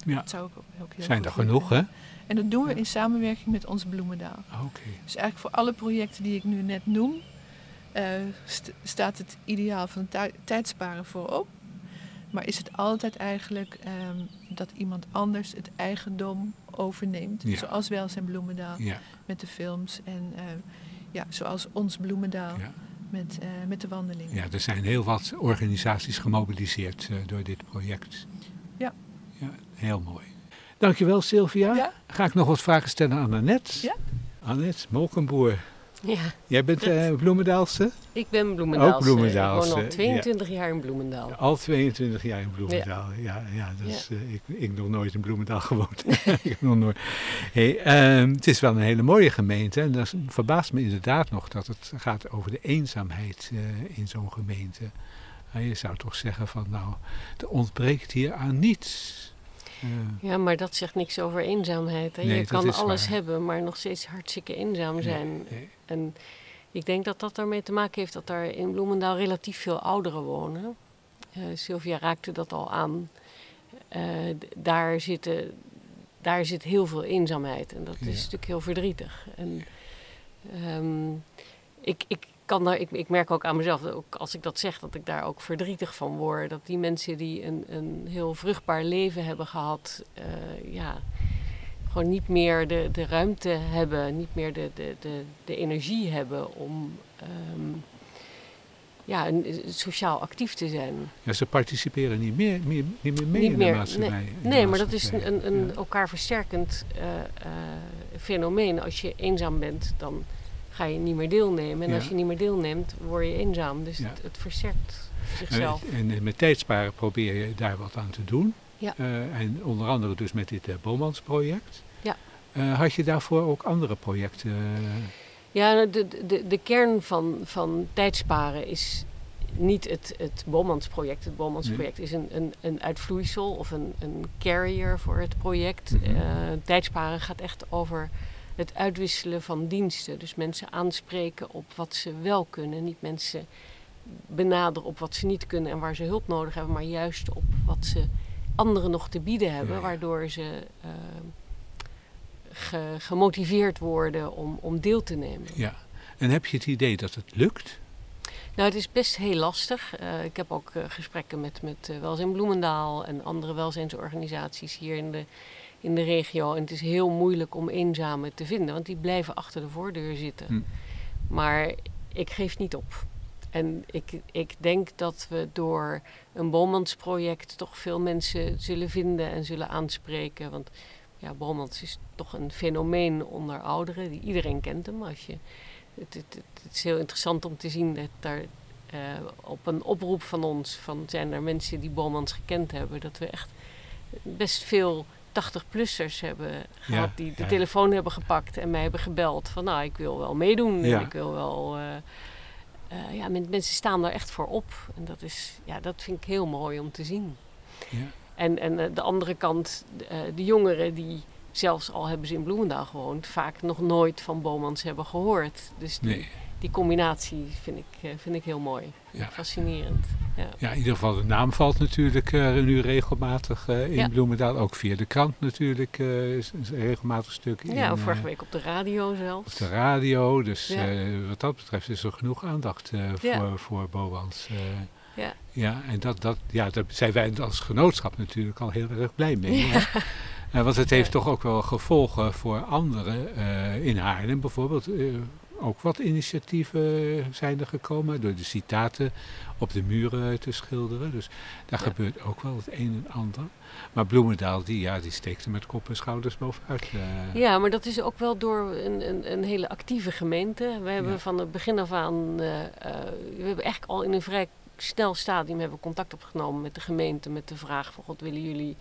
Ja. Dat zou ik ook, ook heel Zijn goed er genoeg, hè? vinden. En dat doen we Ja. in samenwerking met Ons Bloemendaal. Oké. Okay. Dus eigenlijk voor alle projecten die ik nu net noem, uh, st- staat het ideaal van tu- tijdsparen voorop. Maar is het altijd eigenlijk um, dat iemand anders het eigendom overneemt. Ja. Zoals Welzijn Bloemendaal Ja. met de films. En uh, ja, zoals Ons Bloemendaal Ja. met, uh, met de wandelingen. Ja, er zijn heel wat organisaties gemobiliseerd uh, door dit project. Ja. Ja, heel mooi. Dankjewel Sylvia. Ja. Ga ik nog wat vragen stellen aan Annette? Ja. Annette Molkenboer. Ja. Jij bent uh, Bloemendaalse? Ik ben Bloemendaalse. Ook Bloemendaalse. Ik woon al tweeëntwintig ja. jaar in Bloemendaal. Ja, al tweeëntwintig jaar in Bloemendaal. Ja, ja, ja dus ja. Uh, ik, ik nog nooit in Bloemendaal gewoond. ik heb nog nooit. Hey, um, het is wel een hele mooie gemeente. En dat verbaast me inderdaad nog dat het gaat over de eenzaamheid uh, in zo'n gemeente. Uh, je zou toch zeggen van nou, er ontbreekt hier aan niets. Uh, ja, maar dat zegt niks over eenzaamheid. Hè? Nee, je kan alles waar. hebben, maar nog steeds hartstikke eenzaam zijn. Nee, nee. En ik denk dat dat ermee te maken heeft dat er in Bloemendaal relatief veel ouderen wonen. Uh, Sylvia raakte dat al aan. Uh, d- daar, zitten, daar zit heel veel eenzaamheid en dat ja. is natuurlijk heel verdrietig. En, um, ik, ik, kan daar, ik, ik merk ook aan mezelf, ook als ik dat zeg, dat ik daar ook verdrietig van word. Dat die mensen die een, een heel vruchtbaar leven hebben gehad, uh, ja, gewoon niet meer de, de ruimte hebben, niet meer de, de, de, de energie hebben om um, ja, een, sociaal actief te zijn. Ja, ze participeren niet meer, meer, niet meer mee niet in meer, de maatschappij. Nee, de nee maatschappij. maar dat is een, een ja. elkaar versterkend uh, uh, fenomeen. Als je eenzaam bent, dan ga je niet meer deelnemen. En ja. als je niet meer deelneemt, word je eenzaam. Dus ja. het, het versterkt zichzelf. En, en met tijdsparen probeer je daar wat aan te doen. Ja. Uh, en onder andere dus met dit uh, Bomans-project. Ja. Uh, had je daarvoor ook andere projecten? Uh... Ja, de, de, de kern van, van tijdsparen is niet het, het Bomans-project. Het Bomans-project nee. is een, een, een uitvloeisel of een, een carrier voor het project. Mm-hmm. Uh, tijdsparen gaat echt over het uitwisselen van diensten. Dus mensen aanspreken op wat ze wel kunnen. Niet mensen benaderen op wat ze niet kunnen en waar ze hulp nodig hebben. Maar juist op wat ze anderen nog te bieden hebben. Ja, ja. Waardoor ze uh, ge, gemotiveerd worden om, om deel te nemen. Ja. En heb je het idee dat het lukt? Nou, het is best heel lastig. Uh, ik heb ook uh, gesprekken met, met uh, Welzijn Bloemendaal en andere welzijnsorganisaties hier in de, in de regio. En het is heel moeilijk om eenzamen te vinden, want die blijven achter de voordeur zitten. Hm. Maar ik geef niet op. En ik, ik denk dat we door een Bomans-project toch veel mensen zullen vinden en zullen aanspreken. Want ja, Bomans is toch een fenomeen onder ouderen. Die, iedereen kent hem. Als je, het, het, het is heel interessant om te zien dat daar uh, op een oproep van ons, van zijn er mensen die Bomans gekend hebben, dat we echt best veel tachtig-plussers hebben gehad ja, die de ja. telefoon hebben gepakt en mij hebben gebeld van nou, ik wil wel meedoen ja. en ik wil wel... Uh, Uh, ja, mensen staan daar echt voor op. En dat is, ja, dat vind ik heel mooi om te zien. Ja. En, en uh, de andere kant, uh, de jongeren die zelfs al hebben ze in Bloemendaal gewoond, vaak nog nooit van Bomans hebben gehoord. Dus die, nee. die combinatie vind ik, uh, vind ik heel mooi. Ja. Fascinerend. Ja. ja, in ieder geval de naam valt natuurlijk uh, nu regelmatig uh, in ja. Bloemendaal. Ook via de krant natuurlijk uh, is een regelmatig stuk. Ja, in, vorige uh, week op de radio zelfs. Op de radio, dus ja. uh, wat dat betreft is er genoeg aandacht uh, voor, ja. voor Bomans. Uh, ja. ja, en dat, dat, ja, daar zijn wij als genootschap natuurlijk al heel erg blij mee. Ja. Uh, want het heeft ja. toch ook wel gevolgen voor anderen uh, in Haarlem bijvoorbeeld. Uh, Ook wat initiatieven zijn er gekomen door de citaten op de muren te schilderen. Dus daar ja. gebeurt ook wel het een en ander. Maar Bloemendaal, die, ja, die steekt er met kop en schouders bovenuit. Uh. Ja, maar dat is ook wel door een, een, een hele actieve gemeente. We hebben ja. van het begin af aan, uh, uh, we hebben eigenlijk al in een vrij snel stadium hebben contact opgenomen met de gemeente. Met de vraag van, god, willen jullie...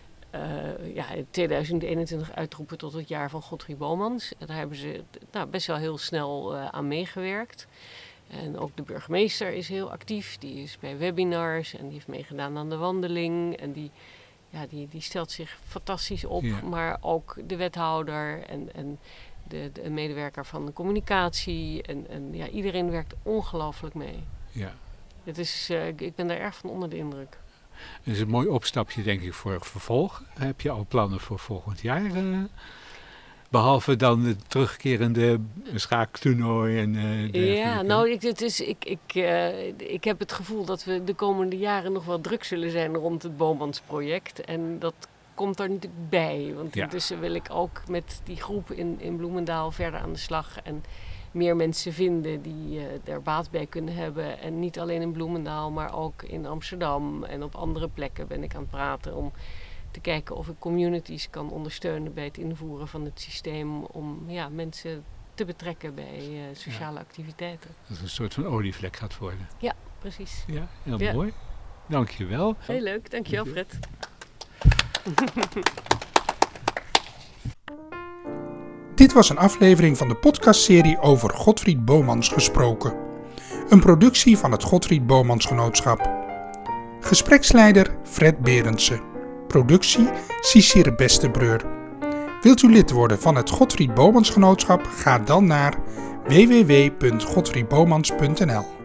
Uh, ja, in tweeduizend eenentwintig uitroepen tot het jaar van Godfried Bomans. En daar hebben ze nou, best wel heel snel uh, aan meegewerkt. En ook de burgemeester is heel actief. Die is bij webinars en die heeft meegedaan aan de wandeling. En die, ja, die, die stelt zich fantastisch op. Ja. Maar ook de wethouder en, en de, de medewerker van de communicatie. En, en ja, iedereen werkt ongelooflijk mee. Ja. Het is, uh, ik ben daar erg van onder de indruk. Het is een mooi opstapje, denk ik, voor vervolg. Heb je al plannen voor volgend jaar? Uh, behalve dan het terugkerende schaaktoernooi en uh, dergelijke. Ja, nou, ik, het is, ik, ik, uh, ik heb het gevoel dat we de komende jaren nog wel druk zullen zijn rond het Boomans-project. En dat komt er natuurlijk bij. Want ja. intussen wil ik ook met die groep in, in Bloemendaal verder aan de slag. En meer mensen vinden die uh, er baat bij kunnen hebben. En niet alleen in Bloemendaal, maar ook in Amsterdam en op andere plekken ben ik aan het praten. Om te kijken of ik communities kan ondersteunen bij het invoeren van het systeem. Om ja, mensen te betrekken bij uh, sociale ja. activiteiten. Dat het een soort van olievlek gaat worden. Ja, precies. Ja, heel ja. mooi. Dank je wel. Heel leuk, dankjewel Fred. Dit was een aflevering van de podcastserie over Godfried Bomans gesproken. Een productie van het Godfried Bomans Genootschap. Gespreksleider Fred Berendsen. Productie Cicere Bestebreur. Wilt u lid worden van het Godfried Bomans Genootschap? Ga dan naar w w w punt godfriedbomans punt n l.